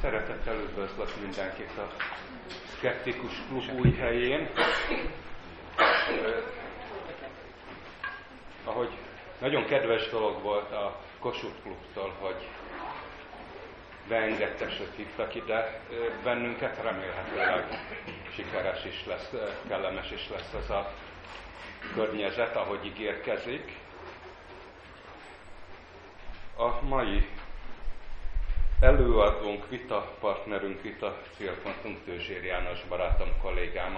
Szeretettel üdvözlök mindenkit a Szkeptikus Klub új helyén. Ahogy nagyon kedves dolog volt a Kossuth Klubtól, hogy beengedtek, sőt hívtak ide bennünket, remélhetőleg sikeres is lesz, kellemes is lesz ez a környezet, ahogy ígérkezik. A mai előadónk, vitapartnerünk, vita célpontunk Tőzsér János barátom, kollégám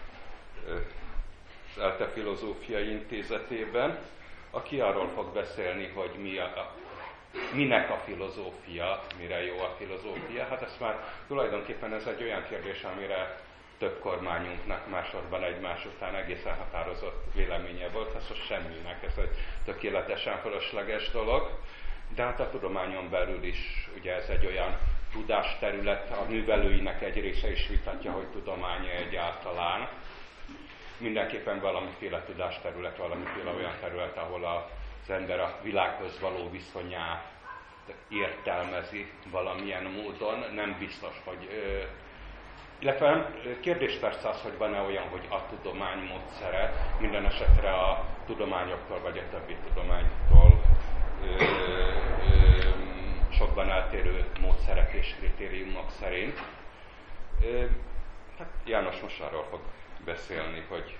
az ELTE Filozófiai Intézetében, aki arról fog beszélni, hogy minek a filozófia, mire jó a filozófia. Hát ez már tulajdonképpen ez egy olyan kérdés, amire több kormányunknak másorban egymás után egészen határozott véleménye volt, ez a semminek, ez egy tökéletesen fölösleges dolog. De hát a tudományon belül is ugye ez egy olyan tudásterület, a művelőinek egy része is vitatja, hogy tudomány egyáltalán. Mindenképpen valamiféle tudásterület, valamiféle olyan terület, ahol az ember a világhoz való viszonyát értelmezi valamilyen módon. Nem biztos, hogy... Illetve kérdés persze az, hogy van-e olyan, hogy a tudomány módszere, minden esetre a tudományoktól vagy a többi tudománytól sokban eltérő módszerek és kritériumok szerint. Hát János most arról fog beszélni, hogy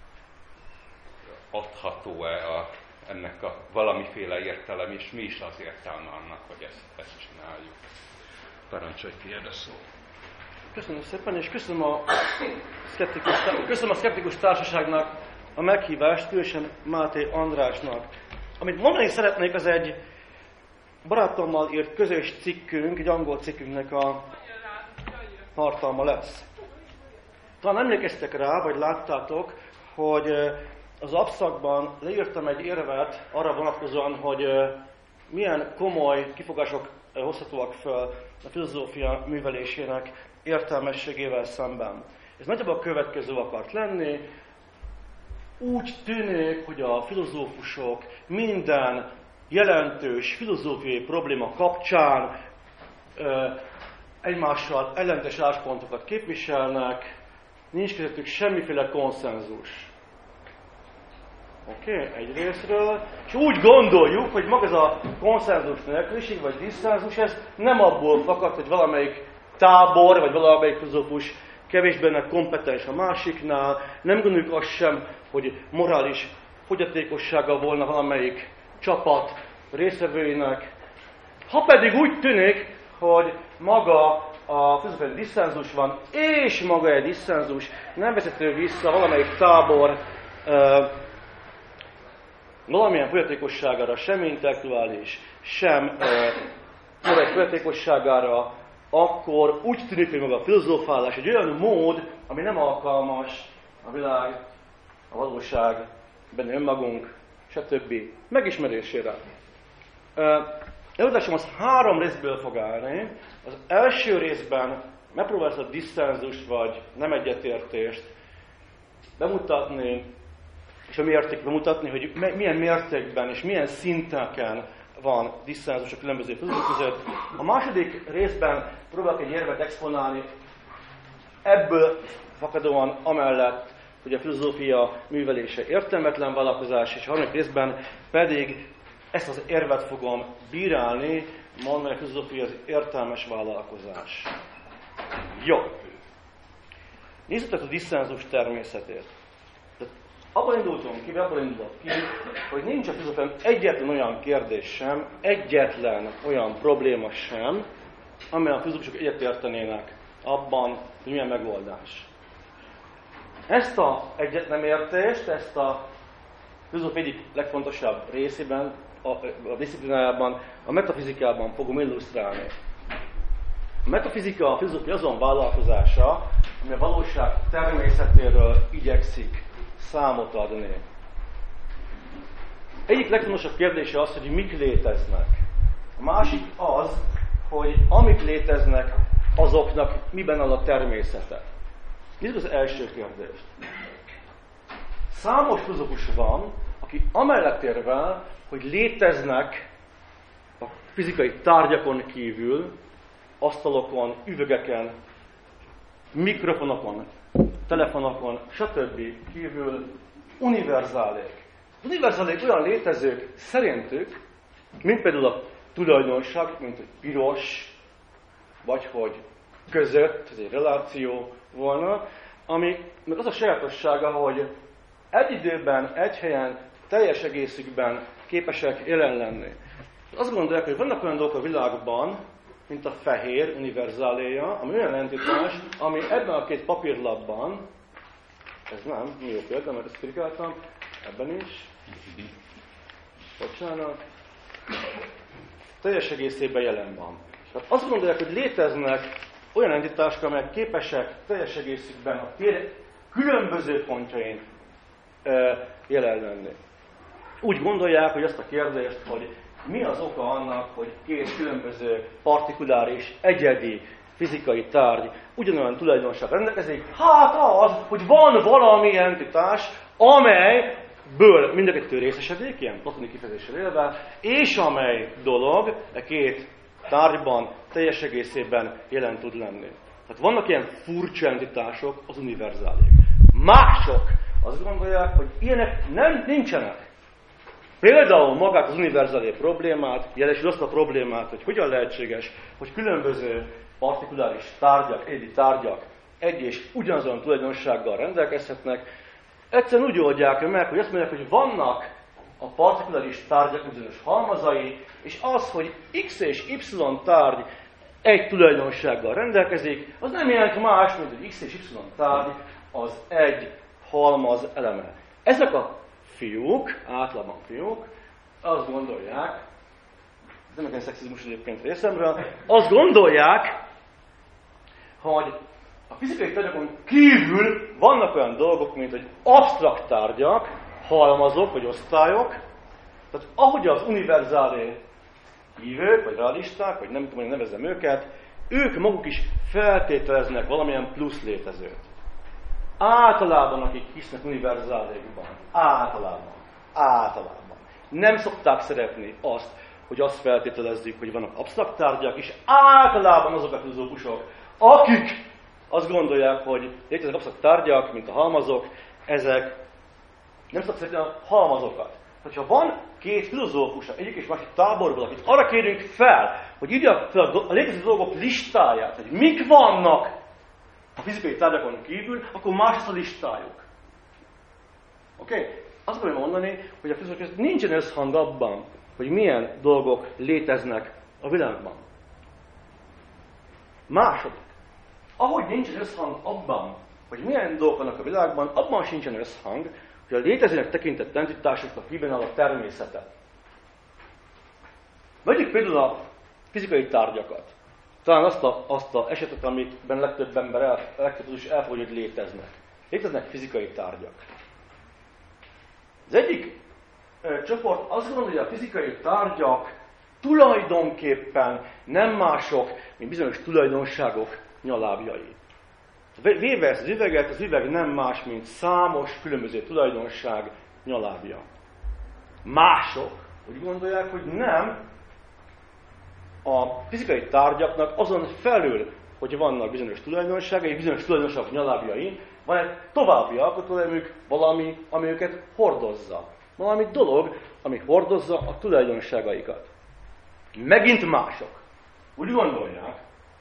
adható-e ennek a valamiféle értelem, és mi is az értelme annak, hogy ezt csináljuk. Parancsolj, tiéd a szó. Köszönöm szépen, és köszönöm a Szkeptikus Társaságnak a meghívást, különösen Máté Andrásnak. Amit mondani szeretnék, az egy barátommal írt közös cikkünk, egy angol cikkünknek a tartalma lesz. Talán emlékeztek rá, vagy láttátok, hogy az abszakban leírtam egy érvet arra vonatkozóan, hogy milyen komoly kifogások hozhatóak fel a filozófia művelésének értelmességével szemben. Ez nagyjából a következő akart lenni. Úgy tűnik, hogy a filozófusok minden jelentős filozófiai probléma kapcsán egymással ellentétes álláspontokat képviselnek, nincs közöttük semmiféle konszenzus. Egy részről. És úgy gondoljuk, hogy maga ez a konszenzus nélküliség, vagy disszenzus, ez nem abból fakad, hogy valamelyik tábor, vagy valamelyik filozófus kevésbé kompetens a másiknál. Nem gondoljuk azt sem, hogy morális fogyatékossága volna valamelyik csapat résztvevőinek. Ha pedig úgy tűnik, hogy maga a filozófiai disszenzus van, és maga egy disszenzus nem vezető vissza valamelyik tábor valamilyen fogyatékosságára, sem intellektuális, sem morális fogyatékosságára, akkor úgy tűnik, hogy maga a filozófálás egy olyan mód, ami nem alkalmas a világ, a valóság, benne önmagunk, stb. Megismerésére. Előadásom az 3 részből fog állni. Az első részben megpróbálsz a disszenzust vagy nem egyetértést bemutatni, és a mérték bemutatni, hogy milyen mértékben és milyen szinteken van disszenzus a különböző filozófusok között. A második részben próbálok egy érvet exponálni, ebből fakadóan amellett, hogy a filozófia művelése értelmetlen vállalkozás, és a harmadik részben pedig ezt az érvet fogom bírálni, mondva, hogy a filozófia az értelmes vállalkozás. Jó. Nézzük a disszenzus természetét. Abban indultunk ki, hogy nincs a filozófiában egyetlen olyan kérdés sem, egyetlen olyan probléma sem, amely a filozófusok egyetértenének abban, hogy milyen megoldás. Ezt a egyetlenértést, ezt a filozófia egyik legfontosabb részében, a disziplinájában, a metafizikában fogom illusztrálni. A metafizika, a filozófia azon vállalkozása, ami a valóság természetéről igyekszik számot adni. Egyik legfontosabb kérdése az, hogy mik léteznek. A másik az, hogy amik léteznek, azoknak miben áll a természete. Nézzük az első kérdést. Számos filozófus van, aki amellett érvel, hogy léteznek a fizikai tárgyakon kívül asztalokon, üvegeken, mikrofonokon, telefonokon, stb. Kívül univerzálék. Univerzálék olyan létezők szerintük, mint például a tulajdonság, mint hogy piros, vagy hogy között, ez egy reláció volna, ami meg az a sajátossága, hogy egy időben, egy helyen, teljes egészükben képesek jelen lenni. Azt gondolják, hogy vannak olyan dolgok a világban, mint a fehér univerzáléja, ami olyan entitás, ami ebben a két papírlapban, ez nem, jó példa, mert ezt kirikáltam, ebben is, bocsánat, teljes egészében jelen van. Tehát azt gondolják, hogy léteznek olyan entitások, amelyek képesek teljes egészükben a tér különböző pontjain jelen lenni. Úgy gondolják, hogy azt a kérdést, hogy mi az oka annak, hogy két különböző partikuláris, egyedi fizikai tárgy ugyanolyan tulajdonság rendelkezik? Hát az, hogy van valami entitás, amelyből mind a kettő részesedik, ilyen platoni kifejezéssel élve, és amely dolog a két tárgyban teljes egészében jelen tud lenni. Tehát vannak ilyen furcsa entitások, az univerzálék. Mások azt gondolják, hogy ilyenek nincsenek. Például magát az univerzális problémát, jelesül azt a problémát, hogy hogyan lehetséges, hogy különböző partikuláris tárgyak, egyedi tárgyak egy és ugyanazon tulajdonsággal rendelkezhetnek. Egyszerűen úgy oldják meg, hogy azt mondják, hogy vannak a partikuláris tárgyak bizonyos halmazai, és az, hogy X és Y tárgy egy tulajdonsággal rendelkezik, az nem jelent más, mint hogy X és Y tárgy az egy halmaz eleme. Ezek a fiúk, általában fiúk, azt gondolják, ez nem egy szexizmus egyébként részemről, azt gondolják, hogy a fizikai tárgyakon kívül vannak olyan dolgok, mint hogy absztrakt tárgyak, halmazok vagy osztályok, tehát ahogy az univerzálé hívők, vagy realisták, vagy nem tudom, hogy nevezem őket, ők maguk is feltételeznek valamilyen plusz létezőt. Általában, akik hisznek univerzálékban, általában nem szokták szeretni azt, hogy azt feltételezzük, hogy vannak absztrakt tárgyak, és általában azok a filozófusok, akik azt gondolják, hogy léteznek absztrakt tárgyak, mint a halmazok, ezek nem szokták szeretni a halmazokat. Ha van két filozófus, egyik és másik táborból, akit arra kérünk fel, hogy írják fel a létező dolgok listáját, hogy mik vannak a fizikai tárgyakon kívül, akkor más lesz a listájuk. Oké? Azt akarom mondani, hogy a fizikai között nincsen összhang abban, hogy milyen dolgok léteznek a világban. Második. Ahogy nincsen összhang abban, hogy milyen dolgok vannak a világban, abban sincsen összhang, hogy a létezőnek tekintett entitásoknak miben áll a természete. Vegyük például a fizikai tárgyakat. Talán azt a esetet, amiben legtöbb ember elfogadja, hogy léteznek. Léteznek fizikai tárgyak. Az egyik csoport azt gondolja, hogy a fizikai tárgyak tulajdonképpen nem mások, mint bizonyos tulajdonságok nyalábjai. Véve ezt az üveget, az üveg nem más, mint számos különböző tulajdonság nyalábja. Mások úgy gondolják, hogy nem, a fizikai tárgyaknak azon felül, hogy vannak bizonyos tulajdonságai, bizonyos tulajdonságok nyalábjai, van egy további alkotóelemük, valami, ami őket hordozza. Valami dolog, ami hordozza a tulajdonságaikat. Megint mások úgy gondolják,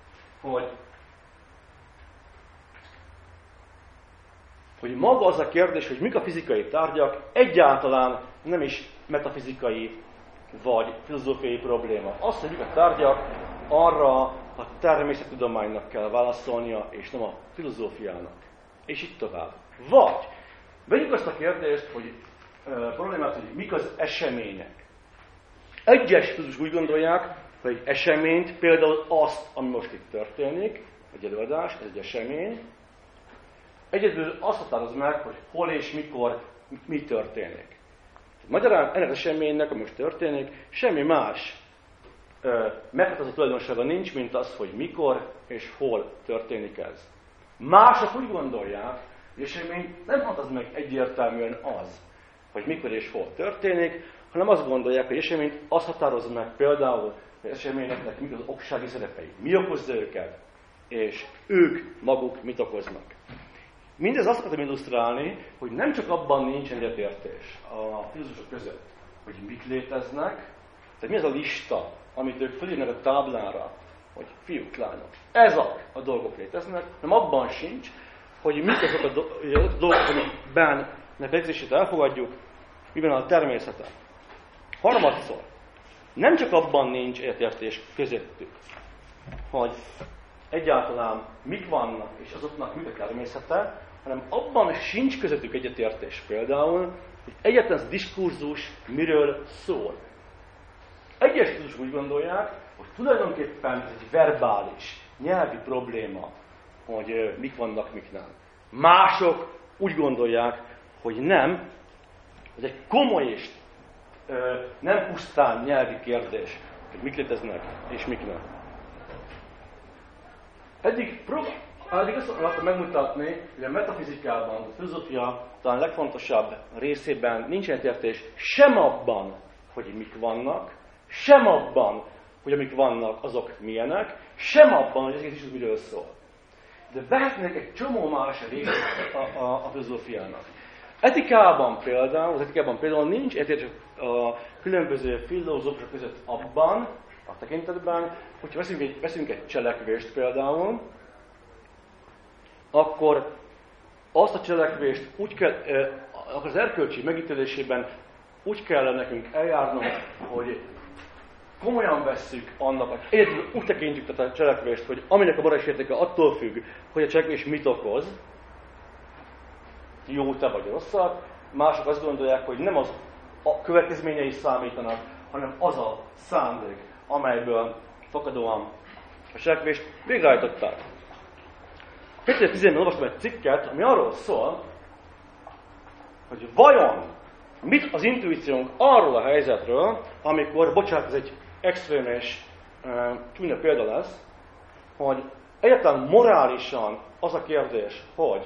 hogy maga az a kérdés, hogy mik a fizikai tárgyak, egyáltalán nem is metafizikai vagy filozófiai probléma. Az, hogy mik a tárgyak, arra a természettudománynak kell válaszolnia, és nem a filozófiának. És így tovább. Vagy vegyük azt a kérdést, hogy problémát, hogy mik az események. Egyes filozófusok úgy gondolják, hogy egy eseményt, például azt, ami most itt történik, egy előadás, ez egy esemény, egyedül azt határoz meg, hogy hol és mikor mi történik. Magyarán ennek az eseménynek, ami most történik, semmi más meghatározó tulajdonsága nincs, mint az, hogy mikor és hol történik ez. Mások úgy gondolják, hogy esemény nem határoz meg egyértelműen az, hogy mikor és hol történik, hanem azt gondolják, hogy eseményt azt határoz meg például, az eseményeknek mik az oksági szerepei, mi okozza őket, és ők maguk mit okoznak. Mindez azt akartam illusztrálni, hogy nem csak abban nincs egyetértés a filozófusok között, hogy mik léteznek, tehát mi az a lista, amit ők fölírnak a táblára, hogy fiúk, lányok, ezek a dolgok léteznek, hanem abban sincs, hogy mik azok a dolgok, amikben létezését elfogadjuk, miben a természete. Harmadszor, nem csak abban nincs egyetértés közöttük, hogy egyáltalán mik vannak, és azoknak mik a természete, hanem abban sincs közöttük egyetértés például, hogy egyetlen az diskurzus miről szól. Egyes tudósok úgy gondolják, hogy tulajdonképpen ez egy verbális, nyelvi probléma, hogy mik vannak, mik nem. Mások úgy gondolják, hogy nem, ez egy komoly és nem pusztán nyelvi kérdés, hogy mik léteznek és mik nem. Eddig azt akartam megmutatni, hogy a metafizikában, a filozófia talán legfontosabb részében nincs egyetértés sem abban, hogy mik vannak, sem abban, hogy amik vannak, azok milyenek, sem abban, hogy az egész is miről szól. De vehetnek egy csomó más részt a filozófiának. Etikában például nincs egyetértés a különböző filozófusok között abban, a tekintetben, hogyha veszünk egy cselekvést például, akkor azt a cselekvést úgy kell, akkor az erkölcsi megítélésében úgy kell nekünk eljárnunk, hogy komolyan vesszük annak, úgy tekintjük a cselekvést, hogy aminek a morális értéke attól függ, hogy a cselekvés mit okoz, jó-e vagy rosszat, mások azt gondolják, hogy nem az a következményei számítanak, hanem az a szándék, amelyből fakadóan a cselekvést végrehajtották. 2010-ben olvastam egy cikket, ami arról szól, hogy vajon mit az intuíciónk arról a helyzetről, amikor, bocsánat, ez egy extrém és csúnya példa lesz, hogy egyáltalán morálisan az a kérdés, hogy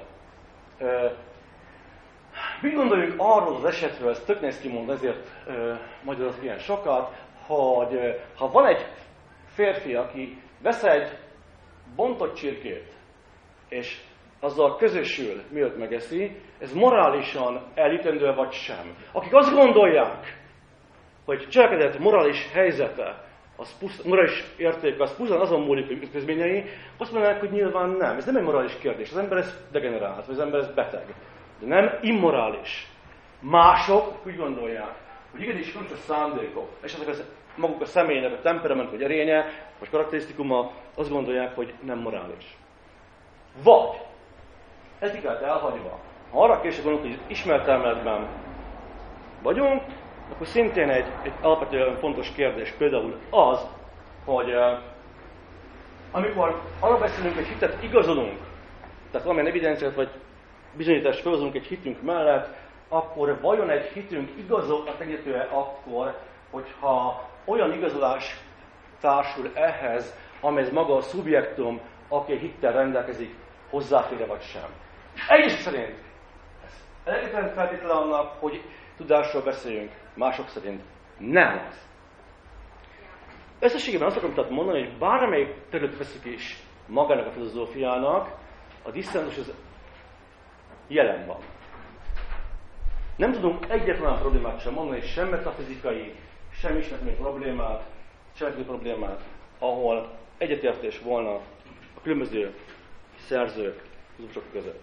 mit gondoljuk arról az esetről, ez tök nehéz kimond, ezért magyarázok ilyen sokat, hogy ha van egy férfi, aki vesz egy bontott csirkét, és azzal közösül, mielőtt megeszi, ez morálisan elítendő vagy sem. Akik azt gondolják, hogy cselekedet morális helyzete, morális érték, az pusztán azon múlik, hogy közményei, azt mondanak, hogy nyilván nem. Ez nem egy morális kérdés. Az ember ez degenerált, vagy az ember ez beteg. De nem immorális. Mások úgy gondolják, hogy igenis fontos a szándékok, és ezek maguk a személynek a temperament, vagy erénye, vagy karakterisztikuma, azt gondolják, hogy nem morális. Vagy, etikát elhagyva, ha arra később gondolunk, hogy ismert elméletben vagyunk, akkor szintén egy alapvetően fontos kérdés például az, hogy amikor arra beszélünk, hogy hitet igazolunk, tehát valamilyen evidenciát vagy bizonyítást felhozunk egy hitünk mellett, akkor vajon egy hitünk igazolva teghető-e akkor, hogyha olyan igazolás társul ehhez, amely maga a szubjektum, aki hittel rendelkezik, hozzáfér vagy sem. Egyesek szerint ez elégítelen feltétele annak, hogy tudásról beszéljünk, mások szerint nem az. Összességében azt akarom mondani, hogy bármelyik terület veszik is magának a filozófiának, a disszenzus az jelen van. Nem tudunk egyetlen problémát sem mondani, sem metafizikai, sem ismertmény problémát, ahol egyetértés volna a különböző szerzők, filozófusok között.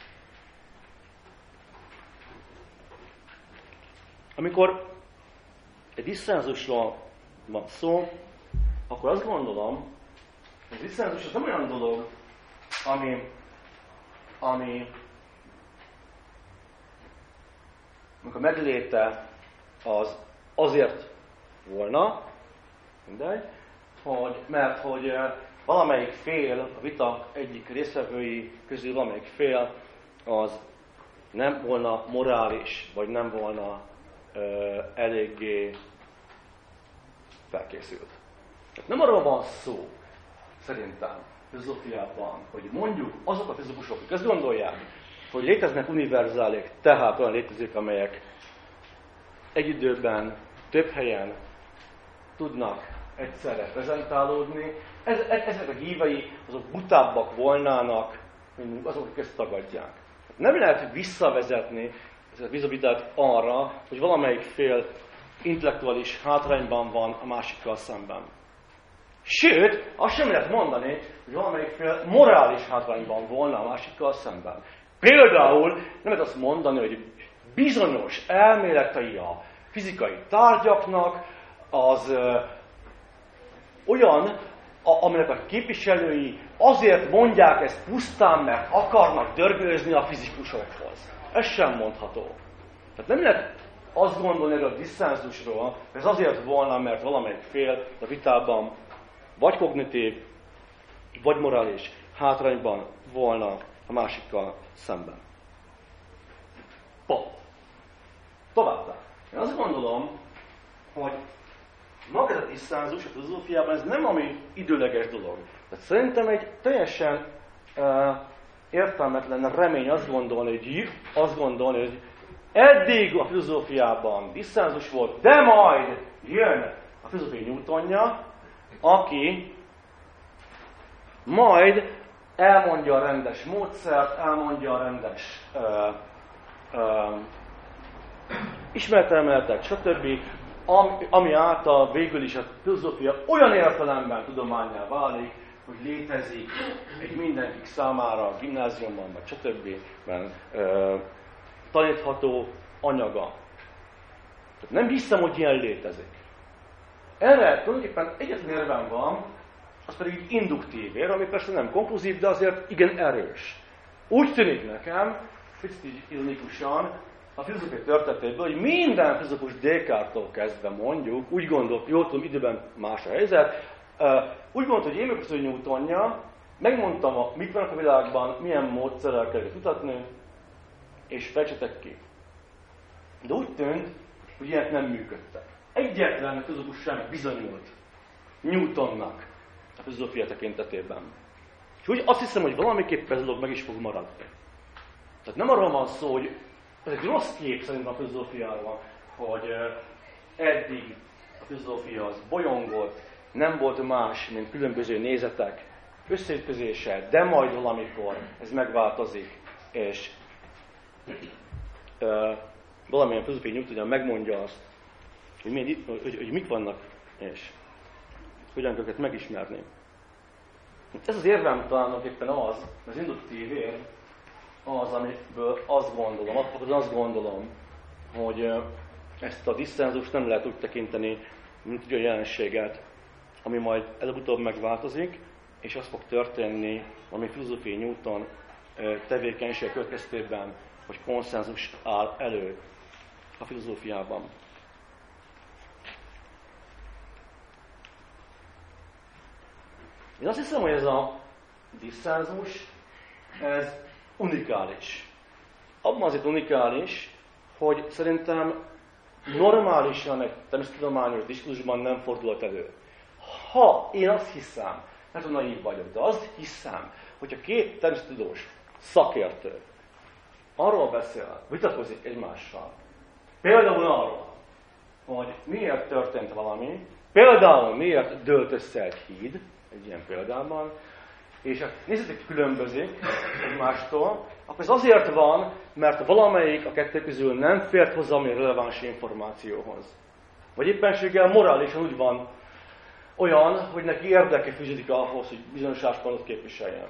Amikor egy disszenzusról van szó, akkor azt gondolom, hogy a disszenzus az nem olyan dolog, ami amikor a megléte az azért volna, mindegy, mert hogy valamelyik fél, a vita egyik résztvevői közül valamelyik fél, az nem volna morális, vagy nem volna eléggé felkészült. Tehát nem arról van szó, szerintem, filozófiában, hogy mondjuk azok a filozófusok, akik azt gondolják, hogy léteznek univerzálék, tehát olyan létezők, amelyek egy időben, több helyen tudnak egyszerre prezentálódni. Ezek a hívei azok butábbak volnának, mint azok, akik ezt tagadják. Nem lehet visszavezetni ezt a bizonyítást arra, hogy valamelyik fél intellektuális hátrányban van a másikkal szemben. Sőt, azt sem lehet mondani, hogy valamelyik fél morális hátrányban volna a másikkal szemben. Például nem lehet azt mondani, hogy bizonyos elméletei a fizikai tárgyaknak az olyan, aminek a képviselői azért mondják ezt pusztán, mert akarnak dörgölözni a fizikusokhoz. Ez sem mondható. Tehát nem lehet azt gondolni erről a disszenzusról, hogy ez azért volna, mert valamelyik fél a vitában vagy kognitív, vagy morális hátrányban volna a másikkal szemben. Pont. Továbbá. Én azt gondolom, hogy maga ez a disszenzus a filozófiában ez nem ami időleges dolog. Tehát szerintem egy teljesen értelmetlen remény azt gondolni, hogy eddig a filozófiában disszenzus volt, de majd jön a filozófiai Newtonja, aki majd elmondja a rendes módszert, elmondja a rendes ismeretelméletet, stb., ami által végül is a filozófia olyan értelemben tudománnyá válik, hogy létezik egy mindenkik számára a gimnáziumban, vagy stb. Tanítható anyaga. Tehát nem hiszem, hogy ilyen létezik. Erre tulajdonképpen egyetlen érvem van, az pedig egy induktív ér, ami persze nem konkluzív, de azért igen erős. Úgy tűnik nekem, picit így ironikusan, a filozófiai történetéből, hogy minden fizikus Descartes-tól kezdve mondjuk, úgy gondolt, jól tudom, időben más a helyzet, úgy gondolt, hogy én meg Newtonja, megmondtam, mit vannak a világban, milyen módszerrel kell kutatni, és fejtsetek ki. De úgy tűnt, hogy ilyenek nem működtek. Egyetlen fizikus sem bizonyult Newtonnak a filozófia tekintetében. És úgy azt hiszem, hogy valamiképpen ez a dolog meg is fog maradni. Tehát nem arról van szó, hogy ez egy rossz kép szerintem a filozófiáról, hogy eddig a filozófia az bolyongott, nem volt más, mint különböző nézetek összeütközése, de majd valamikor ez megváltozik, és valamilyen filozófiai Newton megmondja azt, hogy mik vannak, és hogyan kell őket megismerni. Ez az érvem talán éppen az induktív érv, az, amiből azt gondolom, hogy ezt a disszenzust nem lehet úgy tekinteni, mint egy olyan jelenséget, ami majd előbb-utóbb megváltozik, és az fog történni, ami filozófiai Newton tevékenység következtében, hogy konszenzus áll elő a filozófiában. Én azt hiszem, hogy ez a disszenzus, ez unikális. Abban azért unikális, hogy szerintem normálisan egy természettudományos diskurzusban nem fordulhat elő. Ha én azt hiszem, mert naív vagyok, de azt hiszem, hogyha két természettudós szakértő arról beszél, vitatkozik egymással, például arról, hogy miért történt valami, például miért dőlt össze egy híd, egy ilyen példában, és a nézetek különbözik egymástól, akkor ez azért van, mert valamelyik a kettő közül nem fért hozzá a releváns információhoz. Vagy éppenséggel morálisan úgy van olyan, hogy neki érdeke fűződik ahhoz, hogy bizonyos álláspontot képviseljen.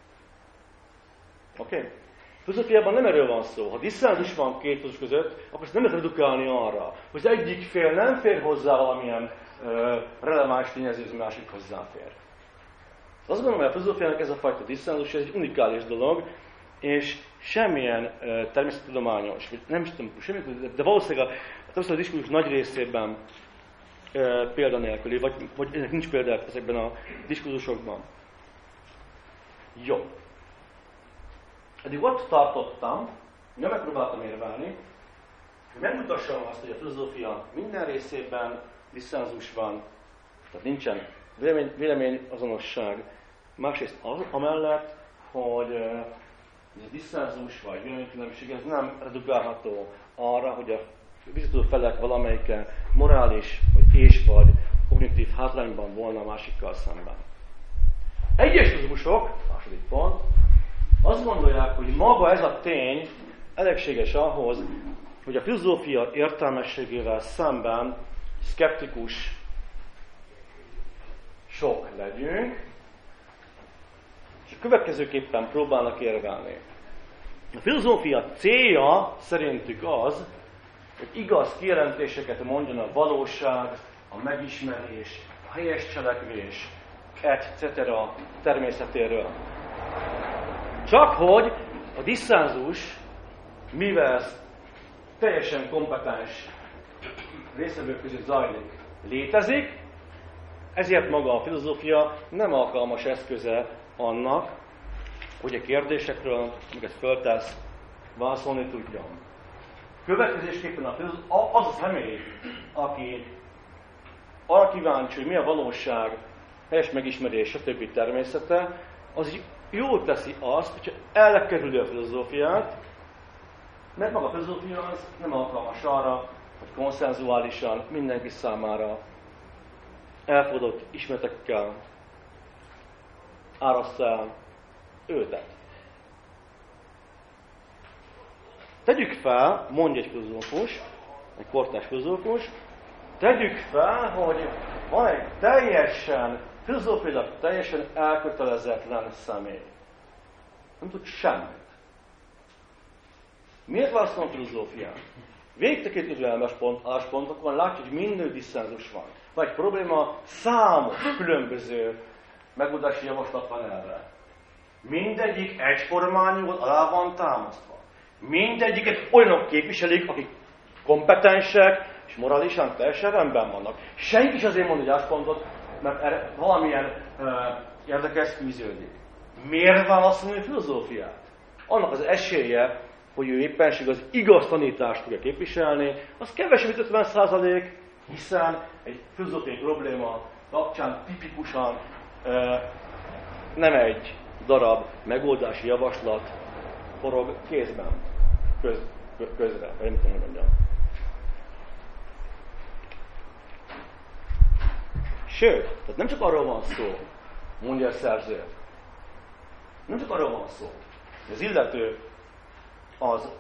Oké? Filozófiában nem erről van szó. Ha disszenzus van két tudós között, akkor ezt nem lehet redukálni arra, hogy az egyik fél nem fér hozzá valamilyen releváns tényezőhöz, másik hozzáfér. Azt gondolom, hogy a filozófiának ez a fajta disszenzus, ez egy unikális dolog, és semmilyen természettudományos, vagy nem is tudom, semmilyen, de valószínűleg a diskurzus nagy részében példanélküli, vagy ennek nincs példa ezekben a diskurzusokban. Jó. Eddig ott tartottam, nem megpróbáltam érvelni, hogy megmutassam azt, hogy a filozófia minden részében disszenzus van, tehát nincsen véleményazonosság. Másrészt amellett, hogy ez a disszenzus vagy véleménykülönbség, ez nem redukálható arra, hogy a bizonyító felek valamelyike morális, vagy kognitív hátrányban volna a másikkal szemben. Egyes filozófusok, második pont, azt gondolják, hogy maga ez a tény elégséges ahhoz, hogy a filozófia értelmességével szemben szkeptikus sok legyünk, és a következőképpen próbálnak érvelni. A filozófia célja szerintük az, hogy igaz kijelentéseket mondjon a valóság, a megismerés, a helyes cselekvés, etc. természetéről. Csak hogy a disszenzus, mivel teljesen kompetens résztvevők között zajlik, létezik, ezért maga a filozófia nem alkalmas eszköze annak, hogy a kérdésekről, amiket föltesz, válaszolni tudjon. Következésképpen az a személy, aki arra kíváncsi, hogy mi a valóság, helyes megismerés, stb. Természete, az jól teszi azt, hogyha elkerüli a filozófiát, mert maga a filozófia az nem alkalmas arra, hogy konszenzuálisan mindenki számára elfogadott ismeretekkel árassza el őtet. Tegyük fel, mondja egy filozófus, egy kortárs filozófus, tegyük fel, hogy van egy filozófiailag teljesen elkötelezetlen személy. Nem tud semmit. Miért választom a filozófiát? Végtekintő álláspontokon látjuk, hogy minden disszenzus van. Van egy probléma, számos különböző megoldási javaslat van erre. Mindegyik egyformán alá van támasztva. Mindegyiket olyanok képviselik, akik kompetensek és morálisan teljesen rendben vannak. Senki is azért mond egy álláspontot, mert erre valamilyen érdekes fűződik. Miért válaszolni a filozófiát? Annak az esélye, hogy ő éppenség az igaz tanítást tudja képviselni, az kevesebb, mint 50%, hiszen egy filozófiai probléma kapcsán tipikusan nem egy darab megoldási javaslat forog kézben, közre, vagy nem tudom, mondjam. Sőt, tehát nem csak arról van szó, mondja a szerző, nem csak arról van szó, hogy az illető az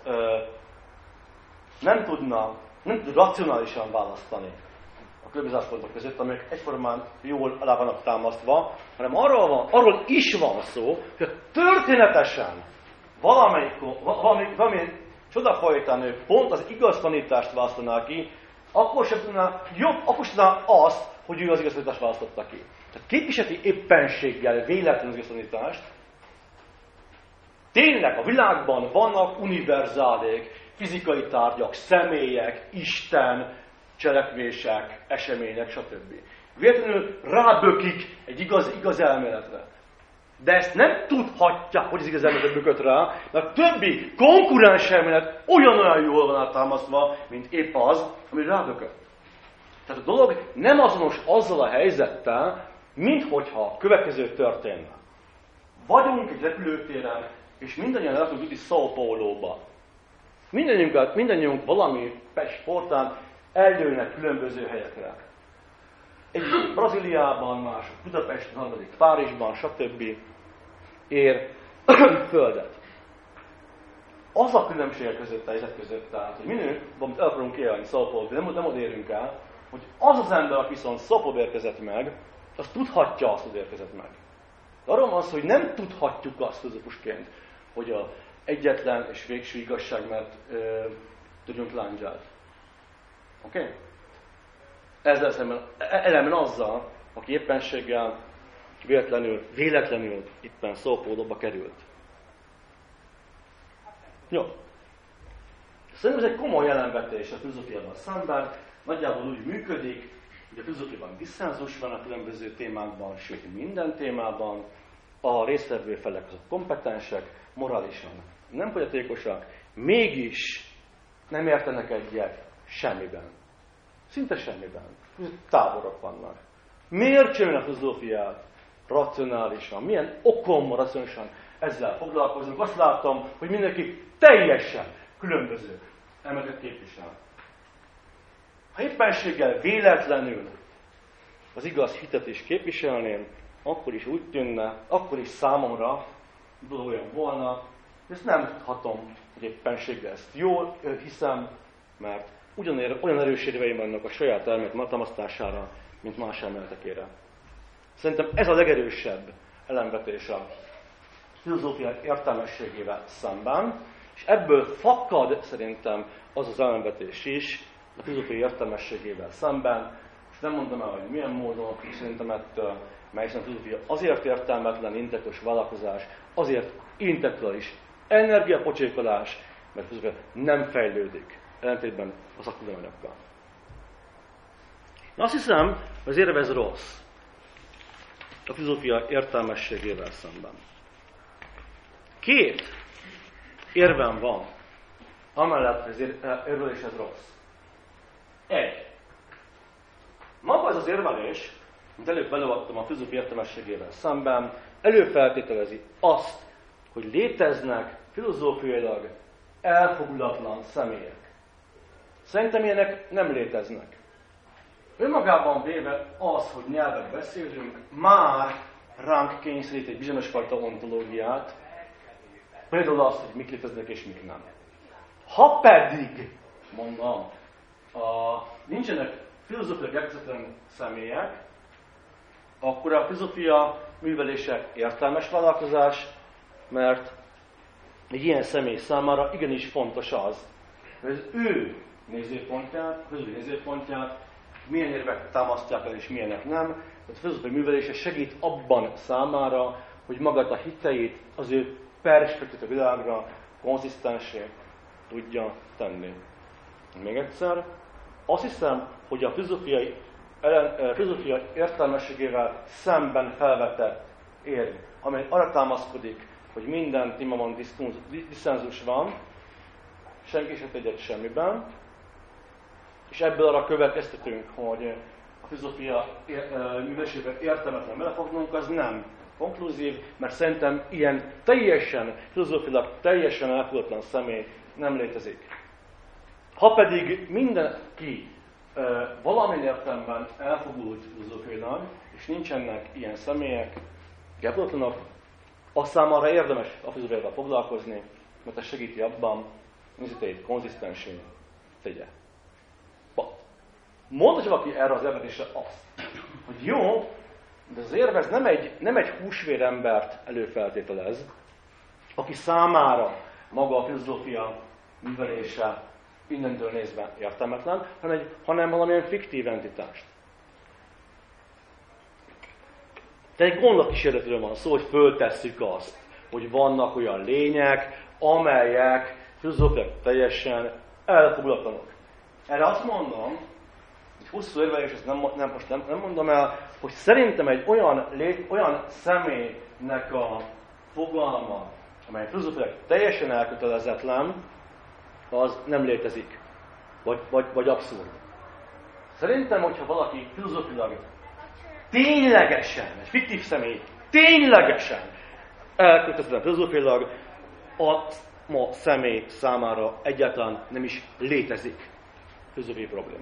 nem tud racionálisan választani a különböző álláspontok között, amelyek egyformán jól alá vannak támasztva, hanem arról is van szó, hogy történetesen valamilyen csodafajtán ő pont az igaz tanítást választaná ki, akkor sem tudná azt, hogy ő az igaz tanítást választotta ki. Tehát képviseleti éppenséggel véletlenül az igaz tanítást. Tényleg a világban vannak univerzálék, fizikai tárgyak, személyek, Isten, cselekvések, események, stb. Véletlenül rábökik egy igaz elméletre. De ezt nem tudhatja, hogy az igaz elméletre bökött rá, mert többi konkurens elmélet olyan jól van eltámasztva, mint épp az, ami rábökött. Tehát a dolog nem azonos azzal a helyzettel, minthogyha a következő történne. Vagyunk egy repülőtéren, és mindannyian el tudjuk jutni São Paulo-ba. Mindannyiunk valami sportán eljönnek különböző helyekre. Egy Brazíliában, mások Budapesten, harmadik Párizsban, stb. Ér földet. Az a különbség között, a helyzet között, tehát, hogy minőtt, valamit el akarunk élni São Paulo, de nem oda érünk el, hogy az az ember, aki viszont São Paulo érkezett meg, az tudhatja azt, hogy érkezett meg. De arról van szó, hogy nem tudhatjuk azt filozófusként, hogy az egyetlen és végső igazság, mert tudjunk lándzsát. Oké? Okay? Ezzel szemben ellenben azzal, aki éppenséggel véletlenül éppen São Paulo-ba került. Jó. Szerintem ez egy komoly jelenvetés a filozófiában szemben. Nagyjából úgy működik, hogy a filozófiában disszenzus van a különböző témákban, sőt minden témában. A résztvevő felek azok kompetensek, morálisan nem fogyatékosak, mégis nem értenek egyet semmiben. Szinte semmiben. Táborok vannak. Miért csinálni a filozófiát racionálisan? Milyen okon racionálisan ezzel foglalkozunk? Azt látom, hogy mindenki teljesen különböző elmeket képvisel. Ha éppenséggel véletlenül az igaz hitet is képviselném, akkor is úgy tűnne, akkor is számomra olyan volna, ezt nem tudhatom, hogy éppenséggel ezt jól hiszem, mert olyan erős érveim vannak a saját elmélet támasztására, mint más elméletekére. Szerintem ez a legerősebb ellenvetés a filozófia értelmességével szemben, és ebből fakad szerintem az az ellenvetés is a filozófia értelmességével szemben, és nem mondom el, hogy milyen módon, szerintem ettől, mert a filozófia azért értelmetlen, intellektuális vállalkozás, azért intellektuális energiapocsékolás, mert a filozófia nem fejlődik, ellentétben a szaktudományokkal. Azt hiszem, hogy az érve ez rossz a filozófia értelmességével szemben. Két érvem van, amellett, hogy az érvelés ez rossz. Egy. Maga ez az érvelés, mint előbb előadtam a filozófia értelmességével szemben, előfeltételezi azt, hogy léteznek filozófiailag elfogulatlan személyek. Szerintem ilyenek nem léteznek. Önmagában véve az, hogy nyelvet beszélünk, már ránk kényszerít egy bizonyos fajta ontológiát, például azt, hogy mik léteznek és mik nem. Ha pedig, mondom, nincsenek filozófiai értelmetlen személyek, akkor a filozófia művelése értelmes vállalkozás, mert egy ilyen személy számára igenis fontos az, hogy az ő nézőpontját, milyen érvek támasztják el és milyenek nem. A filozófiai művelése segít abban számára, hogy magát a hiteit az ő perspektíva világra konzisztensé tudja tenni. Még egyszer, azt hiszem, hogy a filozófia értelmességével szemben felvetett érv, amely arra támaszkodik, hogy minden témában diszenzus van, senki sem tegyed semmiben, és ebből arra következtetünk, hogy a filozófia művelésében értelmetlen belefognunk, az nem konklúzív, mert szerintem ilyen filozófiailag teljesen elfogulatlan személy nem létezik. Ha pedig mindenki valamilyen értelemben elfogult filozófiailag, és nincsenek ilyen személyek, elfogulatlanok, az számára érdemes a filozófiával foglalkozni, mert ez segíti abban, nézeteit konzisztensén tegye. Mondja valaki erre az érvetésre azt, hogy jó, de az érve ez nem egy húsvérembert előfeltételez, aki számára maga a filozófia művelése innentől nézve értelmetlen, hanem valamilyen fiktív entitást. De egy gondolatkísérletről van szó, hogy föltesszük azt, hogy vannak olyan lények, amelyek filozófiák teljesen elfogulatlanok. Erre azt mondom, egy hosszú érvelés, ezt nem mondom el, hogy szerintem egy olyan személynek a fogalma, amely filozófiailag teljesen elkötelezetlen, az nem létezik. Vagy abszurd. Szerintem, hogyha valaki filozófiailag ténylegesen, egy fiktív személy ténylegesen elkötelezetlen filozófiailag, a személy számára egyáltalán nem is létezik filozófiai probléma.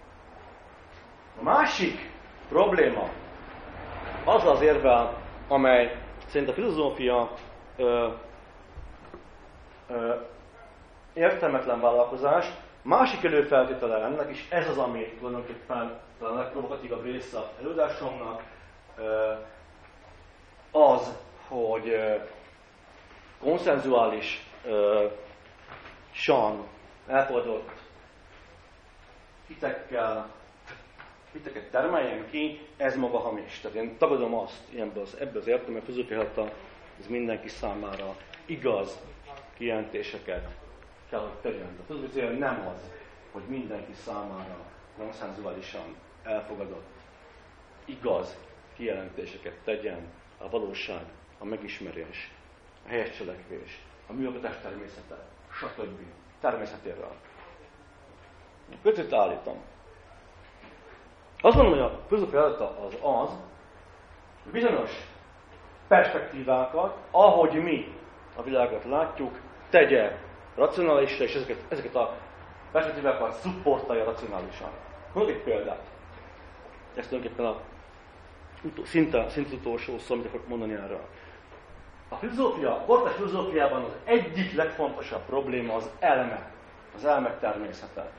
A másik probléma az az érvel, amely szerint a filozófia értelmetlen vállalkozás, másik előfeltétele ennek, és ez az, ami tulajdonképpen a legprovokatívabb része az előadásomnak, az, hogy konszenzuálisan elfogadott hiteket termeljen ki, ez maga hamis. Tehát én tagadom azt, ebből az értelme, hogy filozófia ez mindenki számára igaz kijelentéseket kell, hogy tegyen. A filozófia nem az, hogy mindenki számára konszenzuálisan elfogadott, igaz kijelentéseket tegyen a valóság, a megismerés, a helyes cselekvés, a műalkotás természete, stb. Természetéről. Kötőt állítom. Azt mondom, hogy a filozófia feladata az, hogy bizonyos perspektívákat, ahogy mi a világot látjuk, tegye racionálisra, és ezeket a perspektívákat szupportálja racionálisan. Mondok egy példát. Ez tulajdonképpen a szinte utolsó szó, amit akarok mondani erről. A kortárs filozófiában az egyik legfontosabb probléma az elme, az elmek természete.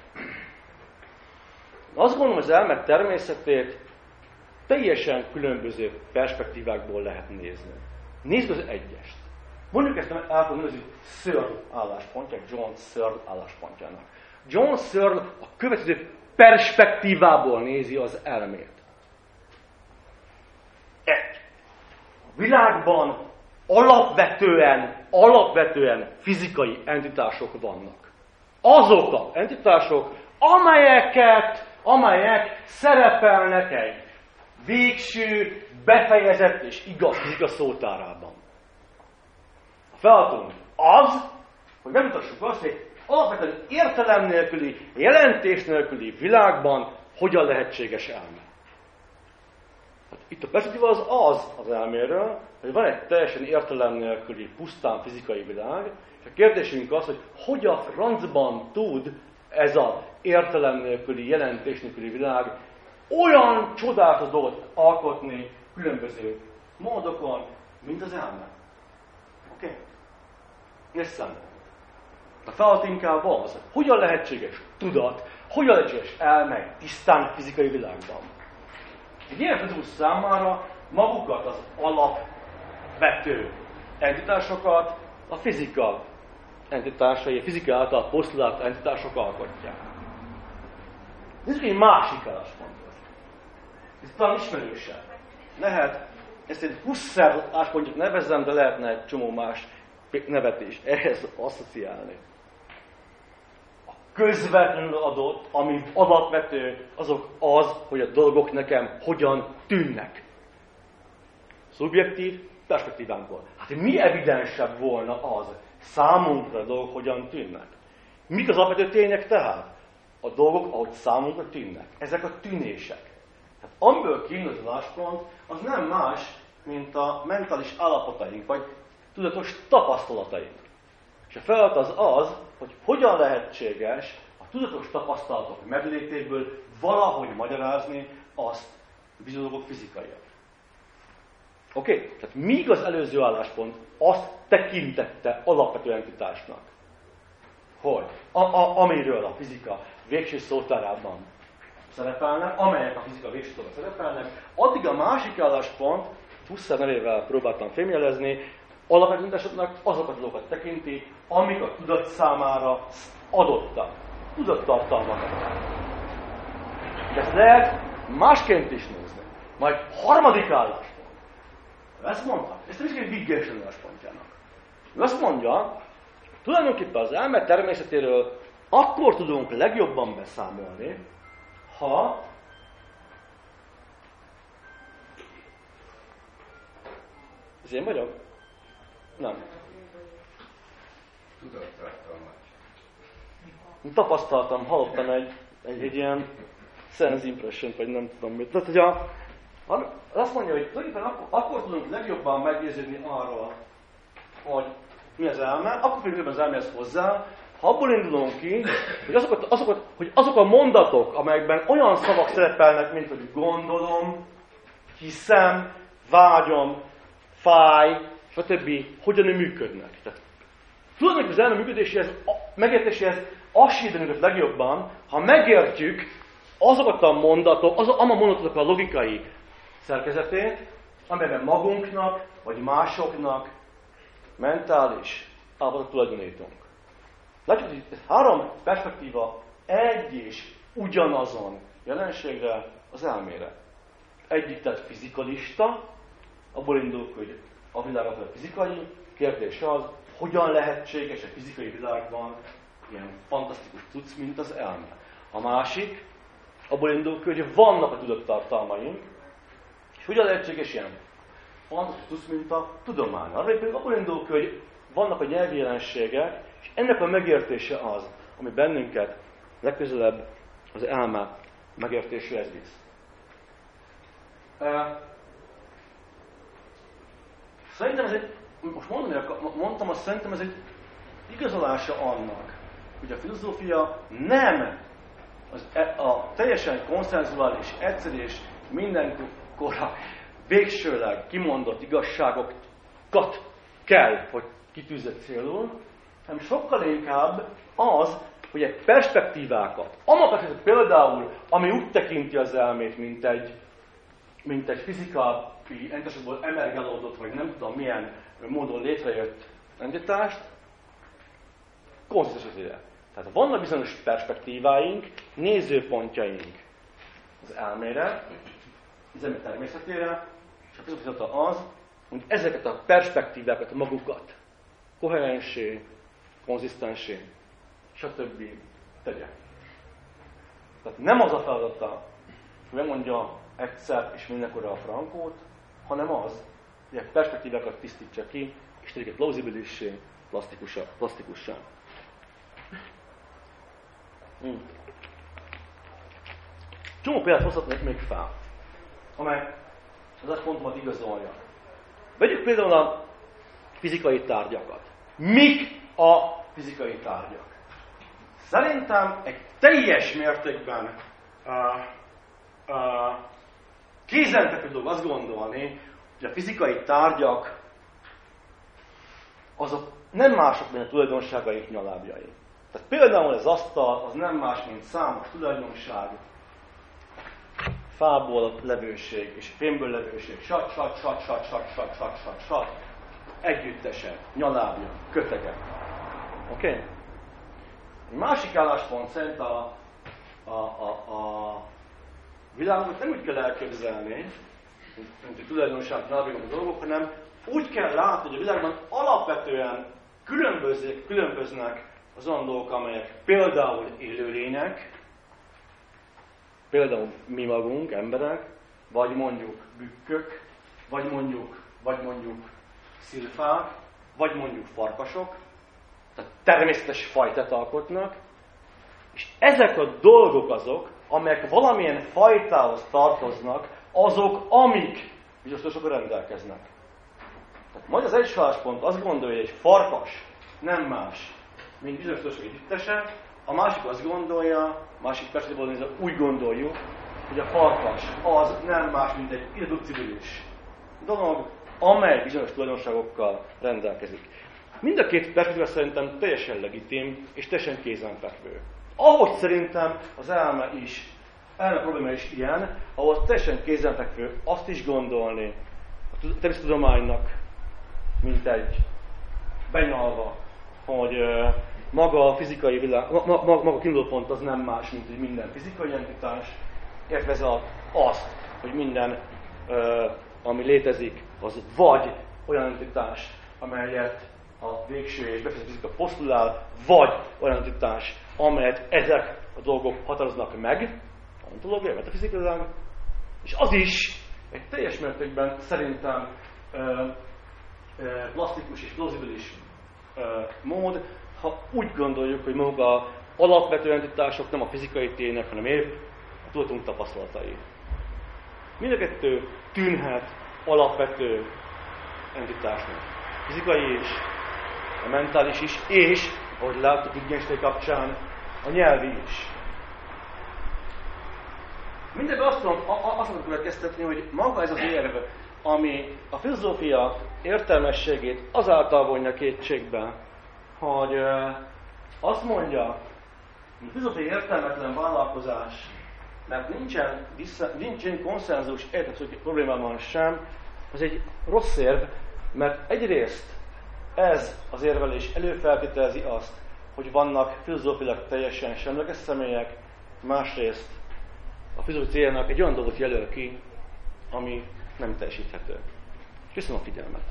Azt gondolom, hogy az elmek természetét teljesen különböző perspektívákból lehet nézni. Nézd az egyest. Mondjuk ezt elfogadni Searle álláspontját, John Searle álláspontjának. John Searle a következő perspektívából nézi az elmét. A világban alapvetően fizikai entitások vannak. Azok az entitások, amelyek szerepelnek egy végső, befejezett és igaz fizika szótárában. A feladatunk az, hogy megmutassuk azt, hogy alapvetően értelem nélküli, jelentés nélküli világban hogyan lehetséges elme. Hát itt a perspektíva az elméről, hogy van egy teljesen értelem nélküli, pusztán fizikai világ, és a kérdésünk az, hogy hogy a francban tud ez az értelem nélküli, jelentés nélküli világ olyan csodálatos dolgot alkotni különböző módokon, mint az elme. Oké? Nézzem. A feladat inkább az, hogyan lehetséges tudat, hogyan lehetséges elme tisztán fizikai világban. Egy ilyen fizikus számára magukat az alapvető entitásokat a fizika entitásai, a fizika által posztulált entitások alkotják. Nézzük egy másik álláspontot. Ez talán ismerősebb. Lehet, ezt egy Husserl álláspontját nevezzem, de lehetne egy csomó más nevet is ehhez asszociálni. A közvetlenül adott, ami alapvető, azok az, hogy a dolgok nekem hogyan tűnnek. Szubjektív perspektívánkból. Hát mi evidensebb volna az, számunkra a dolgok hogyan tűnnek? Mik az alapvető tények tehát? A dolgok, ahogy számunkra tűnnek. Ezek a tűnések. Tehát amiből kiindul az álláspont, az nem más, mint a mentális állapotaink, vagy tudatos tapasztalataink. És a feladat az, hogy hogyan lehetséges a tudatos tapasztalatok meglétéből valahogy magyarázni azt bizonyos dolgok fizikaiak. Oké? Tehát míg az előző álláspont azt tekintette alapvető entitásnak, hogy amiről a fizika végső szótárában szerepelnek, amelyek a fizika végső szótárában szerepelnek, addig a másik álláspont, Husserl nevével próbáltam fémjelezni, alapvető entitásoknak azokat a dolgokat tekinti, amik a tudat számára adottak. Tudattartalmakat. De ezt lehet másként is nézni. Majd harmadik álláspont. Ezt mondta, ezt nem is egy Wittgenstein álláspontjának. Ő azt mondja, tulajdonképpen az elme természetéről akkor tudunk legjobban beszámolni, ha ez én vagyok? Nem. Tudattartalmat. Tapasztaltam, hallottam egy ilyen sense impression, vagy nem tudom mit. Tehát, hogy azt mondja, hogy tulajdonképpen akkor tudunk legjobban meggyőződni arról, hogy mi az elme, akkor fogjuk az elméhez hozzá, ha abból indulunk ki, hogy azok a mondatok, amelyekben olyan szavak szerepelnek, mint hogy gondolom, hiszem, vágyom, fáj, stb. Hogyan működnek. Tehát tulajdonképpen az elme megértéséhez azt segítenünk legjobban, ha megértjük azokat a mondatoknak a logikai szerkezetét, amelyben magunknak, vagy másoknak mentális állapotot tulajdonítunk. Látjuk, hogy ez három perspektíva egy és ugyanazon jelenségre, az elmére. Egyik tehát fizikalista, abból indul, hogy a világ a fizikai, kérdés az, hogyan lehetséges a fizikai világban ilyen fantasztikus cucc, mint az elme. A másik, abból indul, hogy vannak a tudattartalmaink, és hogyan lehetséges ilyen fantasztikus cucc, mint a tudomány. Arra pedig abból indul, hogy vannak a nyelvi jelenségek, és ennek a megértése az, ami bennünket legközelebb az elme megértéséhez visz. Szerintem ez egy, most mondtam, azt szerintem ez egy igazolása annak, hogy a filozófia nem a teljesen konszenzuális, egyszerű és mindenkorra végsőleg kimondott igazságokat kell, hogy kitűzze célul, hanem sokkal inkább az, hogy egy perspektívákat, annak például, ami úgy tekinti az elmét, mint egy fizikai entitásból emergelódott, vagy nem tudom milyen módon létrejött entitást, konzisztensére. Tehát vannak bizonyos perspektíváink, nézőpontjaink az elmére, az elmé természetére, és a filozófia az, hogy ezeket a perspektívákat magukat koherensé, konzisztensé, stb. Tegye. Tehát nem az a feladata, hogy megmondja egyszer és mindenkorra a frankót, hanem az, hogy a perspektívákat tisztítsa ki, és tegyék plauzibilissé, plastikussá. Csomó példát hozhatnék még fel, amely az azt pontomat igazolja. Vegyük például a fizikai tárgyakat. Mik a fizikai tárgyak? Szerintem egy teljes mértékben kézenfekvő dolog azt gondolni, hogy a fizikai tárgyak azok nem mások, mint a tulajdonságaink nyalábjai. Tehát például az asztal az nem más, mint számos tulajdonság, fából levőség és fémből levőség, sat, együttesen, nyalábja, kötege. Oké? Okay? Egy másik álláspont szerint a világot nem úgy kell elképzelni, mint a tulajdonság nyalábjainak a dolgok, hanem úgy kell látni, hogy a világban alapvetően különböznek az olyan dolgok, amelyek például élőlények, például mi magunk, emberek, vagy mondjuk bükkök, vagy mondjuk szilfák, vagy mondjuk farkasok, tehát természetes fajtát alkotnak, és ezek a dolgok azok, amelyek valamilyen fajtához tartoznak, azok, amik bizonyos rendelkeznek. Tehát majd az első álláspont azt gondolja, hogy egy farkas nem más, mint bizonyos együttese, a másik azt gondolja, másik perspektívában úgy gondoljuk, hogy a farkas az nem más, mint egy irreducibilis dolog, amely bizonyos tulajdonságokkal rendelkezik. Mind a két perspektíva szerintem teljesen legitim és teljesen kézenfekvő. Ahogy szerintem az elme probléma is ilyen, ahol teljesen kézenfekvő azt is gondolni a természettudománynak, mint egy benyalva, hogy maga a fizikai világ, maga a kiindulópont az nem más, mint hogy minden fizikai entitás, értve azt, hogy minden, ami létezik, az vagy olyan entitás, amelyet a végső és befejezett fizika posztulál, vagy olyan entitás, amelyet ezek a dolgok határoznak meg, a ontológia, a metafizikailag, és az is egy teljes mértékben szerintem plastikus és plauzibilis mód, ha úgy gondoljuk, hogy maga alapvető entitások nem a fizikai tények, hanem épp a tudatunk tapasztalatai. Mind a kettő tűnhet alapvető entitásnak. A fizikai is, a mentális is, és, ahogy láttuk Wittgenstein kapcsán, a nyelvi is. Mindebből azt tudom következtetni, hogy maga ez az érv, ami a filozófia értelmességét azáltal vonja kétségbe, hogy azt mondja, hogy a filozófia értelmetlen vállalkozás, mert nincsen konszenzus értelmező problémában sem, az egy rossz érv, mert egyrészt ez az érvelés előfeltételezi azt, hogy vannak filozófiailag teljesen semleges személyek, másrészt a filozófia céljának egy olyan dolgot jelöl ki, ami nem teljesíthető. Köszönöm a figyelmet!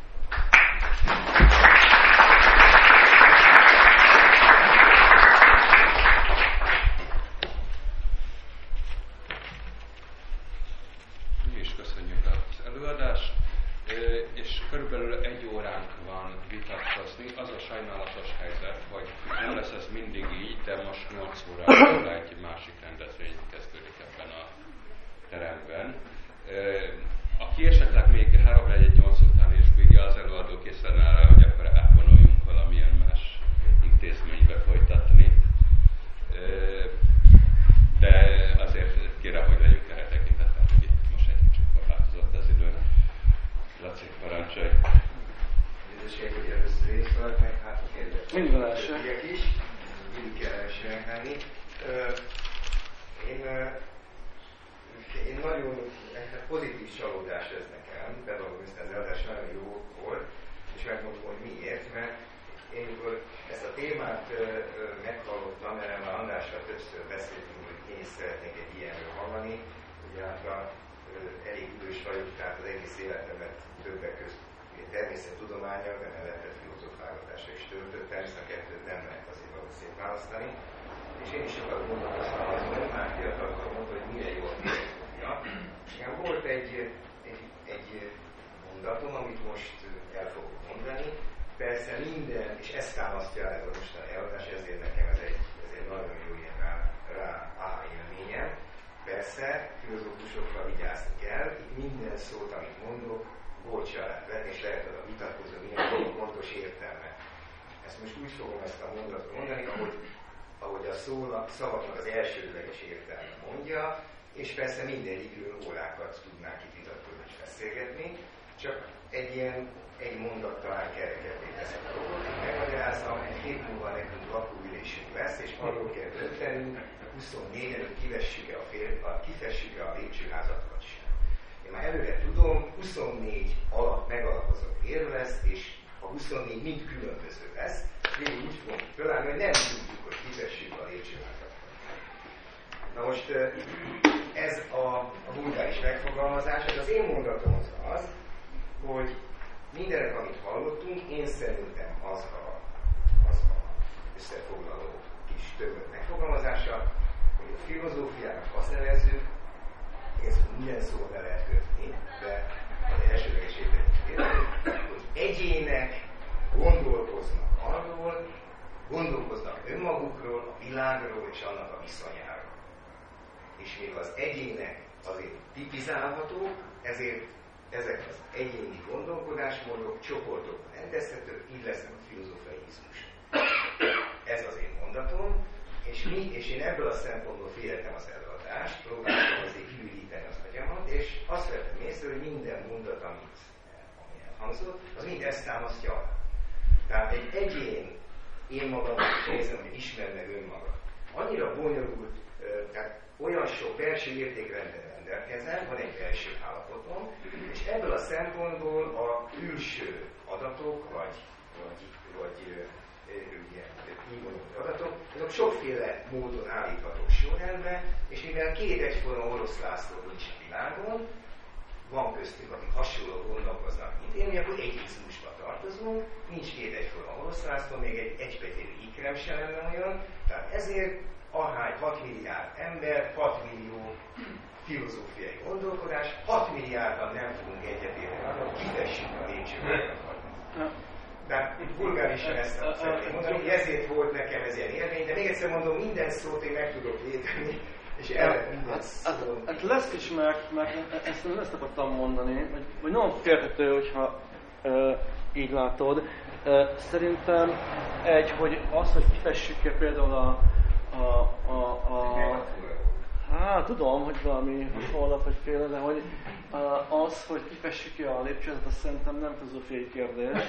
Mi is köszönjük az előadást, és körülbelül 1 óránk van vitatkozni. Az a sajnálatos helyzet, hogy nem lesz ez mindig így, de most 8 órakor egy másik rendezvény kezdődik ebben a teremben. Aki esetleg még 3-4-8 után is bírja, az előadó készen áll, hogy akkor átvonuljunk valamilyen más intézménybe folytatni. De azért kérem, hogy legyünk erre tekintettel, hogy itt most egy kicsit korlátozott az időn. részt volt, meg hát a kérdés. Minden első. Is, mindig kell elsőnek lenni. Én nagyon pozitív csalódás ez nekem, bevallom, ez az adás nagyon jó volt, és megmondom, hogy miért, mert én mikor ezt a témát meghallottam, mert már Andrással többször beszéltünk, hogy én is szeretnék egy ilyenről hallani, ugye hát elég idős vagyok, tehát az egész életemet többek között természettudománnyal, de mellett filozofálgatásra is töltött, természetesen a kettőt nem lehet azért valahogy szétválasztani. És én is sokat gondolkoztam azon, már fiatalokban mondta, hogy mire jó a filozófia. Nekem volt egy mondatom, amit most el fogok mondani. Persze minden, és ezt támasztja ez a mostani előadás, ezért nekem ez egy nagyon jó ilyen rá élményem. Persze, filozófusokra vigyázni kell, itt minden szót, amit mondok, bölcsre lehet venni, és lehet oda vitatkozni, milyen pontos értelme. Ezt most úgy fogom ezt a mondatot mondani, ahogy a szavaknak az elsődleges értelme mondja, és persze mindegyikről órákat tudnánk itt vitatkozni és beszélgetni, csak egy mondat talán kerekebbé tesz a dolgot, hogy megmagyarázom, egy hét múlva nekünk lakóülésünk lesz, és arról kell döntenünk, 24-en, hogy kifessük-e a lépcsőházat vagy sem. Én már előre tudom, 24 megalapozott érv lesz, és a 24 mind különböző lesz. Végül úgy fogom fölállni, hogy nem tudjuk, hogy kifessük a lépcsőházat. Na most ez a vulgáris megfogalmazás, az én mondatom az, hogy mindenek, amit hallottunk, én szerintem az a összefoglaló kis többet megfogalmazása, hogy a filozófiának azt nevezzük, ezt minden szóval le lehet kötni, de az elsődleges értelmet, hogy egyének gondolkoznak arról, gondolkoznak önmagukról, a világról és annak a viszonyáról. És még az egyének azért tipizálhatók, ezért ezek az egyéni gondolkodásmódok csoportokban rendezhetők, így lesznek a filozófiai izmus. Ez az én mondatom, és én ebből a szempontból féltem az előadást, próbáltam azért kiüríteni az agyamat, és azt vettem észre, hogy minden mondat, ami elhangzott, az mind ezt támasztja. Tehát egy egyén, én magam is nézem, hogy ismer meg önmaga. Annyira bonyolult, tehát olyan sok belső értékrendben rendelkezem, van egy belső állapotom, és ebből a szempontból a külső adatok, vagy adatok, azok sokféle módon állíthatók sorrendbe, és mivel két egyforma Orosz László nincs a világon, van köztük, akik hasonló gondolkoznak, mint én, mi akkor egy izmusba tartozunk, nincs két egyforma Orosz László, még egy egypetérű ikrem sem lenne olyan, tehát ezért ahány 6 milliárd ember, 6 millió filozófiai gondolkodás, 6 milliárdan nem fogunk egyetérteni arra, kifessük a lépcsőházat. Tehát vulgárisan ezt szeretném mondani, ezért volt nekem ez ilyen élmény, de még egyszer mondom, minden szót én meg tudok védeni, és el minden szót. Hát lesz is, mert ezt akartam mondani, hogy nagyon félhető, hogyha így látod. Szerintem hogy az, hogy kifessük-e például hát tudom, hogy valami hasonlat vagy féle, de hogy az, hogy kifessük-e a lépcsőházat, azt szerintem nem filozófiai kérdés.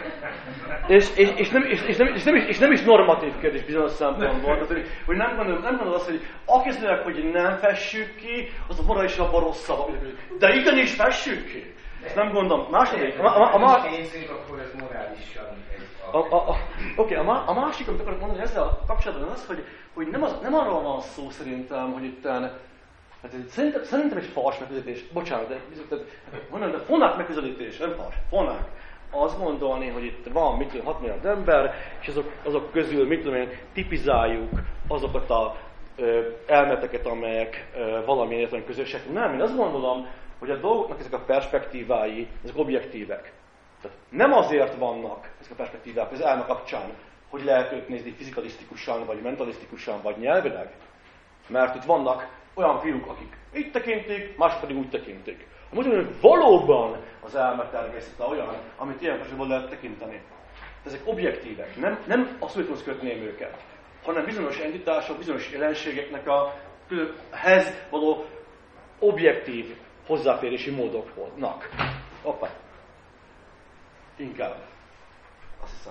És nem is normatív kérdés bizonyos szempontból. Tehát, hogy nem gondolod azt, hogy aki azt mondják, hogy nem fessük ki, az a morálisan rosszabb. De igenis fessük ki! Ezt nem gondolom. Második. Akkor ez morálisan Oké, a másik, amit akarok mondani ezzel kapcsolatban az, hogy nem arról van szó szerintem, hogy itt szerintem egy fals megközelítés, bocsánat, de fonák megközelítés, nem fals, fonák. Azt gondolni, hogy itt van 6 milliárd ember, és azok közül, tipizáljuk azokat az elméleteket, amelyek valamilyen értelemben közösek. Nem, én azt gondolom, hogy a dolgoknak ezek a perspektívái, ezek objektívek. Tehát nem azért vannak ezek a perspektívák az elme kapcsán, hogy lehet őt nézni fizikalisztikusan, vagy mentalisztikusan, vagy nyelvileg, mert itt vannak olyan fiúk, akik így tekintik, mások pedig úgy tekintik. Mondjuk, hogy valóban az elme természete olyan, amit ilyen perspektívában lehet tekinteni. Ezek objektívek, nem a születőhöz kötném őket, hanem bizonyos entitások, bizonyos jelenségeknek hez való objektív hozzáférési módoknak. Hoppá. Inkább. Azt hiszem.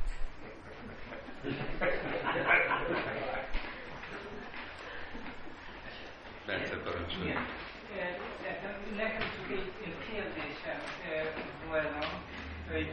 Bence parancsolj. Nekem csak egy kérdésem volna, hogy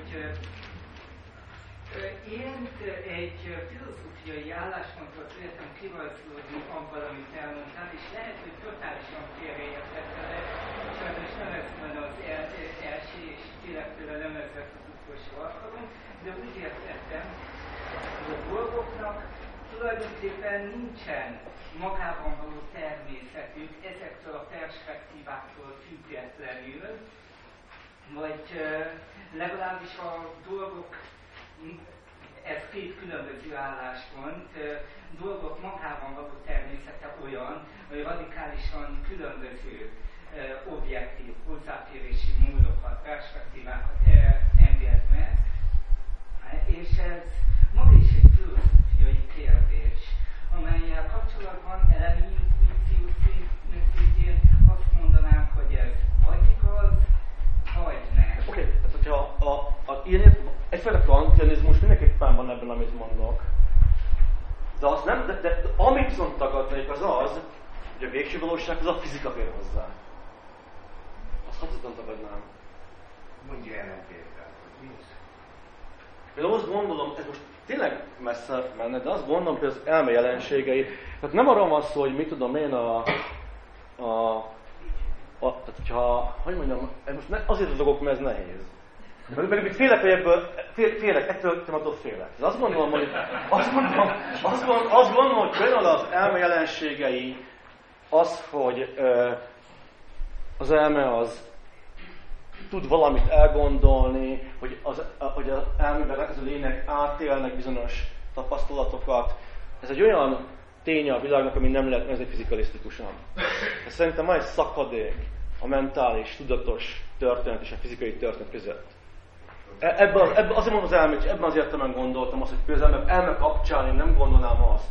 én egy filozófiai álláspontot értem kirajzolni abban, amit elmondtál, és lehet, hogy totálisan félreértettem, de sajnos nem ez van az első, és illetve nem ez az utolsó alkalom, de úgy értettem, hogy a dolgoknak tulajdonképpen nincsen magában való természetük ezektől a perspektíváktól függetlenül, vagy legalábbis a dolgok, ez két különböző álláspont, dolgok magában való természete olyan, hogy radikálisan különböző objektív hozzáférési módokat, perspektívákat enged meg, és ez maga is egy filozófiai kérdés, amellyel kapcsolatban elemi intuíció szintjén azt mondanám, hogy ez vagy igaz, vagy nem. Oké, tehát hogyha egyfajta kantianizmus mindenképpen van ebben, amit mondok. De, azt nem, de amit viszont tagadnék, az az, hogy a végső valóság az a fizika fér hozzá. Azt hatottan tagadnám. Mondja el nem például, hogy mi? Például azt gondolom, ez most tényleg messze menne, de azt gondolom, hogy az elme jelenségei, tehát nem arra van szó, hogy mit tudom én tehát hogyha, hogy mondjam, most azért az dolgok, mert ez nehéz. Mert félek, hogy ebből, ettől félek. De azt gondolom, hogy például az elme jelenségei, az, hogy az elme az tud valamit elgondolni, hogy az elmében ez a lények átélnek bizonyos tapasztalatokat. Ez egy olyan ténye a világnak, ami nem lehet nézni fizikalisztikusan. Ez szerintem van egy szakadék a mentális, tudatos történet és a fizikai történet között. Azért mondom az elmét, és ebben az értelemben gondoltam azt, hogy például elme kapcsán én nem gondolnám azt.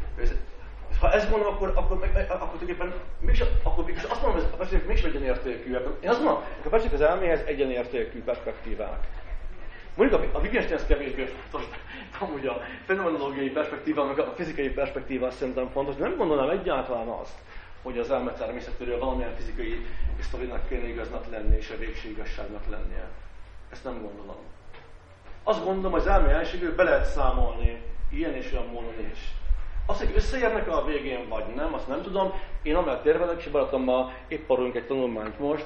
Ha ezt gondolom, akkor tulajdonképpen mégis azt mondom, hogy a perspektívák mégis egyenértékűek. Én azt mondom, hogy a perspektívák az elméhez egyenértékű perspektívák. Mondjuk a Wittgenstein kevésbé fontos, amúgy a fenomenológiai perspektíva, meg a fizikai perspektíva szerintem fontos, de nem gondolnám egyáltalán azt, hogy az elme természetéről valamilyen fizikai sztorinak kéne igaznak lenni, és a végső igazságnak lennie. Ezt nem gondolom. Azt gondolom, hogy az elme jelenségről be lehet számolni ilyen és olyan módon is. Azt, hogy összeérnek a végén, vagy nem, azt nem tudom. Én amellett érvelek, és barátommal épp arulunk egy tanulmányt most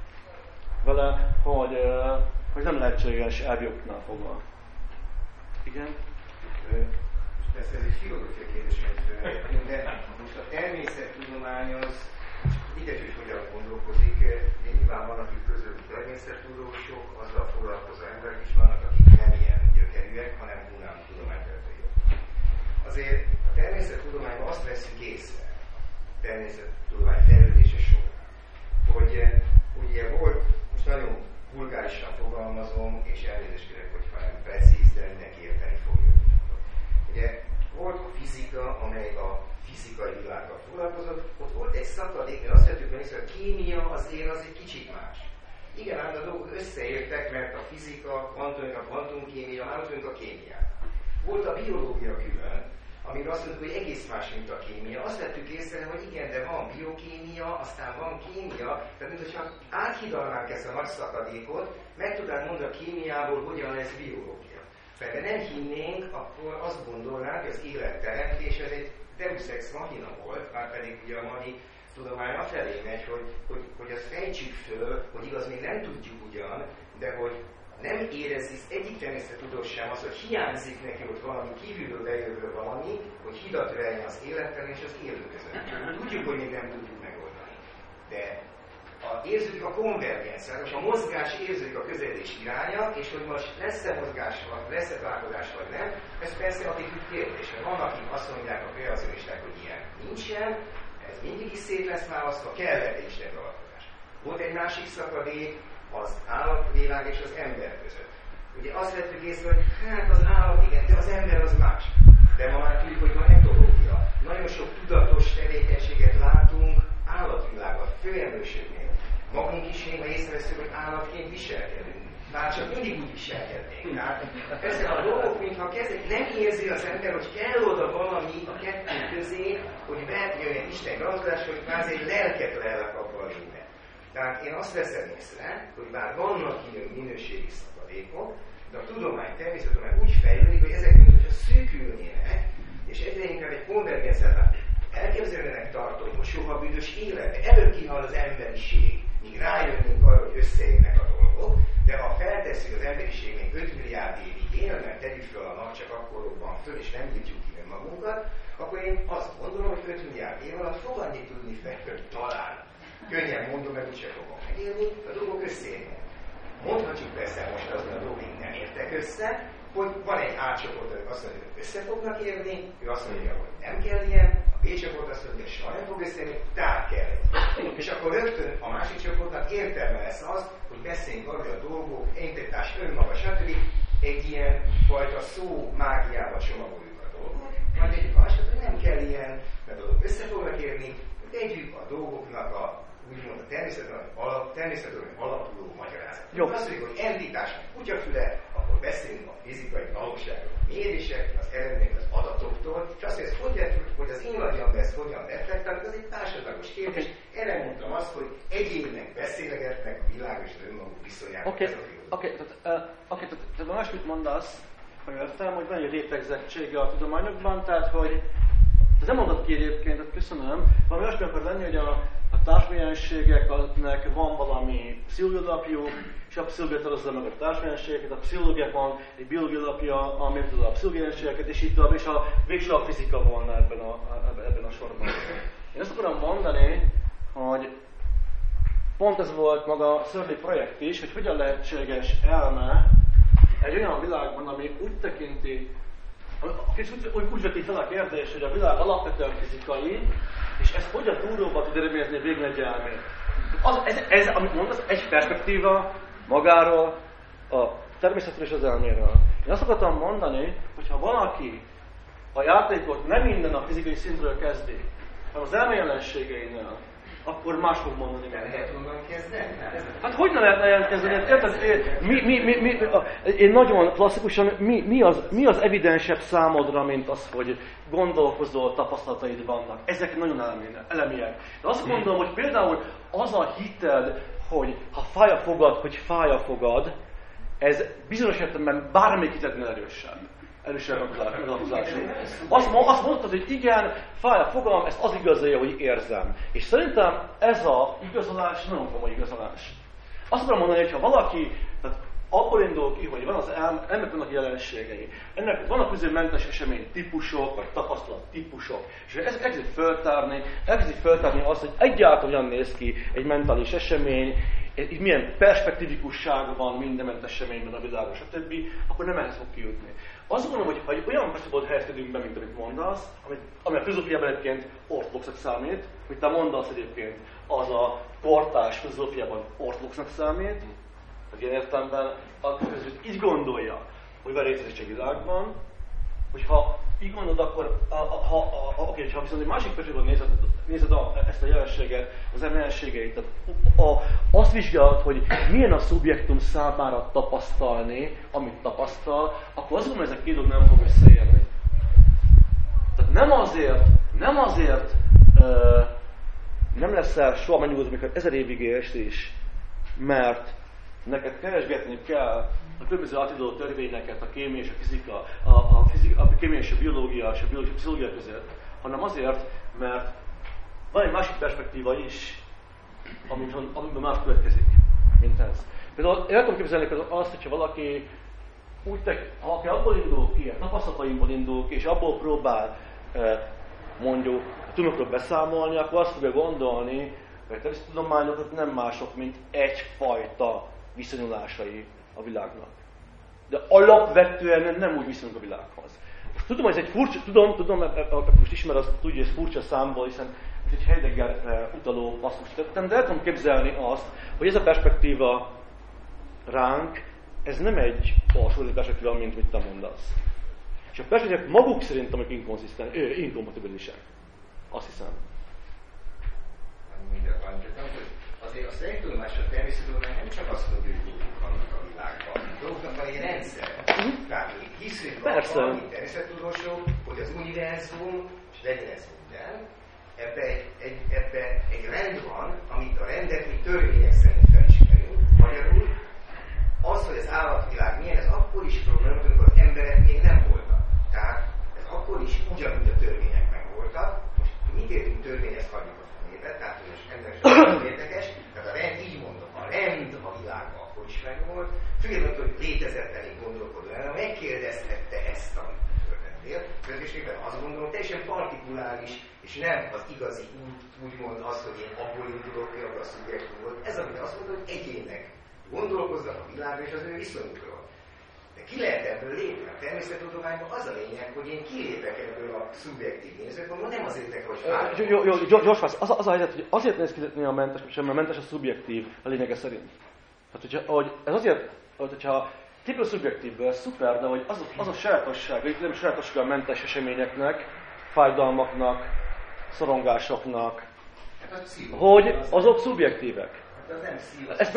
vele, hogy nem lehetséges elvjóknál fogva. Igen? Persze ez egy filozófiai kérdés, de most a természettudomány az ideges, hogy hogyan gondolkozik. Nyilván vannak itt közül természettudósok, azzal foglalkozó emberek is vannak, akik nem ilyen gyökerűek, hanem humán tudományterületek. Azért a természettudományban azt veszünk észre, természettudomány fejlődése során, hogy ugye volt, most nagyon vulgárisan fogalmazom, és elnézést kérek, hogyha nem precíz, de mindenki érteni fogja. Ugye volt a fizika, amely a fizikai világgal foglalkozott, ott volt egy szakadék, mert azt vettük meg, hogy a kémia azért az egy kicsit más. Igen, ám a dolgok összeértek, mert a fizika, kvantumkémia, már ott a kémiák. Volt a biológia külön, amire azt mondtuk, hogy egész más, mint a kémia. Azt vettük észre, hogy igen, de van biokémia, aztán van kémia, tehát mintha áthidalnánk ezt a nagy szakadékot, meg tudnánk mondani a kémiából, hogyan lesz biológia. Mert ha nem hinnénk, akkor azt gondolnánk, hogy az életteremtés ez egy deus ex machina volt, már pedig ugye a mai tudomány afelé megy, hogy azt fejtsük föl, hogy igaz, még nem tudjuk ugyan, de hogy nem érezi egyik természettudós sem az, hogy hiányzik neki ott valami kívülről bejövő valami, hogy hidat verjen az élettel és az élő között. Tudjuk, hogy még nem tudjuk megoldani. De érződik a konvergenciát, most a mozgás érződik a közeledés iránya, és hogy most lesz-e mozgás, vagy lesz-e találkozás, vagy nem, ez persze attitűd kérdés. Van, akik azt mondják a kreacionisták, hogy ilyen nincsen, ez mindig is szét lesz választva, kell-e Isten találkozás. Volt egy másik szakadék, az állatvilág és az ember között. Ugye azt vettük észre, hogy hát az állat igen, de az ember az más. De ma már tudjuk, hogy van etológia. Nagyon sok tudatos tevékenységet látunk állatvilágban, főemlőségnél. Magunk is néha észreveszünk, hogy állatként viselkedünk. már csak mindig úgy viselkednénk. Tehát ezek a dolgok, mintha nem érzi az ember, hogy kell oda valami a kettő közé, hogy bejöjjön Isten gazdaság, hogy már egy lelket lelek abban minden. Tehát én azt veszem észre, hogy bár vannak ilyen minőségi szakadékok, de a tudomány természetesen úgy fejlődik, hogy ezek mintha szűkülnének, és egyre inkább egy konvergenciát elképzelőnek tartom, hogy soha büdös életben előbb kihal az emberiség, míg rájönnénk arra, hogy összejönnek a dolgok, de ha feltesszük, az emberiség még 5 milliárd évig él, mert tegyük fel a nap, csak akkor robban föl, és nem nyitjuk ki önmagunkat, akkor én azt gondolom, hogy 5 milliárd év alatt fog annyit tudni fel, talán. Könnyen mondom, mert úgyse fogom megélni, a dolgok összejönnek. Mondhatjuk persze most azt, hogy a dolgok nem értek össze, hogy van egy A csoport, hogy azt mondja, hogy össze fognak érni, ő azt mondja, hogy nem kell ilyen, a B csoport azt mondja, hogy soha nem fog összejönni, tehát kell. És akkor rögtön a másik csoportnak értelme lesz az, hogy beszéljünk arról, hogy a dolgok, entitás, önmaga, stb. Egy ilyen fajta szó mágiával csomagoljuk a dolgot, majd egyik másik, hogy nem kell ilyen, mert a dolgok össze fognak érni, tegyük a dolgoknak a úgymond a természetesen alapuló magyarázat. Jó. Azt mondjuk, hogy entitás, kutyafüle, akkor beszélünk a fizikai valóságról, a mérések, az eredmények, az adatoktól, és azt mondja, hogy az én agyamban ez hogyan reflektál, az egy társadalmas kérdés. Erre mondtam azt, hogy egyének beszélgetnek a világ és az önmaguk viszonyában. Tehát másmit mondasz, hogy értem, hogy van egy rétegzettsége a tudományokban, tehát hogy nem mondod ki egyébként, tehát köszönöm, valami olyasmi akar lenni, hogy a társmilyenségeknek van valami pszichológiai alapjuk, és a pszichológia tartozza meg a társmilyenségeket, a pszichológiák van egy biológiai alapja, ami tudod a pszichológiaiségeket, és így tovább, és a végső a fizika volna ebben a sorban. Én azt akarom mondani, hogy pont ez volt maga a Szörli projekt is, hogy hogyan lehetséges elme egy olyan világban, ami úgy tekinti, úgy veti fel a kérdés, hogy a világ alapvetően fizikai, és ez hogyan túlóba tud eredményezni végül egy elmét. Ez, amit mondasz, egy perspektíva magáról, a természetről és az elméről. Én azt akartam mondani, hogy ha valaki a játékot nem minden a fizikai szintről kezdi, hanem az elméjelenségeinél, akkor más fog mondani. Lehet onnan kezdeni? Hát hogy ne lehetne jelentkezni? Én nagyon klasszikusan, mi az evidensebb számodra, mint az, hogy gondolkozol, tapasztalataid vannak? Ezek nagyon elemiek. De azt gondolom, hogy például az a hited, hogy ha fáj a fogad, hogy fáj a fogad, ez bizonyos értelemben bármelyik hitetnél erősebb. Erősebb megalapozása. Azt mondtad, hogy igen, fáj a fogam, ezt az igazolja, hogy érzem. És szerintem ez a igazolás nagyon komoly igazolás. Azt akarom mondani, hogy ha valaki, tehát abból indul ki, hogy van az ennek vannak jelenségei. Ennek vannak mentes esemény típusok, vagy tapasztalat típusok. És ezek elkezdi föltárni azt, hogy egyáltalán olyan néz ki egy mentális esemény, itt milyen perspektívikussága van minden ment eseményben a világon, stb., akkor nem ehhez fog kijutni. Azt gondolom, hogy ha egy olyan perspektívát helyezkedünk be, mint amit mondasz, ami a filozófiában egyébként ortodoxnak számít, hogy te mondasz egyébként, az a kortárs filozófiában ortodoxnak számít, tehát ilyen értelemben a között így gondolja, hogy van részletesség világban, hogyha így gondolod, akkor ha viszont egy másik perspektívában nézed ezt a jelenséget, az jelenségeit, tehát azt vizsgálod, hogy milyen a szubjektum számára tapasztalni, amit tapasztal, akkor azt gondolom, hogy ez a két dolog nem fog összeérni. Tehát nem azért nem leszel soha megnyugodva, amikor 1000 évig élsz is, mert neked keresgetni kell a különböző átidaló törvényeket, a kémia és a fizika, a kémia és a biológia és a pszichológia között, hanem azért, mert van egy másik perspektíva is, amiben már következik, mint ez. Például el tudom képzelni azt, hogyha valaki ha aki abból indul ki, a tapasztalataimból indul ki, és abból próbál mondjuk a tudományokról beszámolni, akkor azt fogja gondolni, hogy a természettudományok nem mások, mint egyfajta viszonyulásai a világnak. De alapvetően nem úgy viszonyulunk a világhoz. Most tudom, hogy ez egy furcsa, tudom, most ismer azt tudja, hogy ez furcsa számból, hiszen ez egy Heidegger utaló passzus. De el tudom képzelni azt, hogy ez a perspektíva ránk, ez nem egy alsódi perspektíva, mint mit te mondasz. És a perspektívák maguk szerintem inkompatibilisek. Azt hiszem. Azért a szerinttudomás, a természettudomány nem csak azt mondja, hogy vannak a világ. világban. A dolgoknak van egy rendszer. Tehát hiszünk abban, természettudósok, hogy az univerzum, és legyen ez minden, ebbe egy rend van, amit a rendet mi törvények szerint felismerünk. Magyarul az, hogy az állatvilág milyen, ez akkor is probléma, amikor az emberek még nem voltak. Tehát ez akkor is ugyanúgy a törvények megvoltak. Most mit értünk törvény, ezt hagyjuk a fenébe, tehát hogy most ennek sem érdekes. Tehát a rend, így mondom, a rend a világban akkor is megvolt. Függetlenül, hogy létezett elég gondolkodó el, megkérdezhette ezt, amit történtél. Közösségben azt gondolom, teljesen partikuláris, és nem az igazi úgymond az, hogy én abból indulok, hogy abban a szubjektum volt. Ez, amit azt mondom, hogy egyének gondolkoznak a világra és az ő viszonyukról. De ki lehet ebből lépni? A természettudományban az a lényeg, hogy én kilépek ebből a szubjektív nézőpontból, nem azért nekem, hogy Jó, gyors válasz. Az a helyzet, hogy azért néz ki a mentes, mert a mentes a szubjektív a lényege szerint. Tehát, ez azért, hogyha tipikusz szubjektívből szuper, de hogy az a sajátosság, hogy nem sajátosság a mentes eseményeknek, fájdalmaknak, szorongásoknak, hogy azok szubjektívek. Ez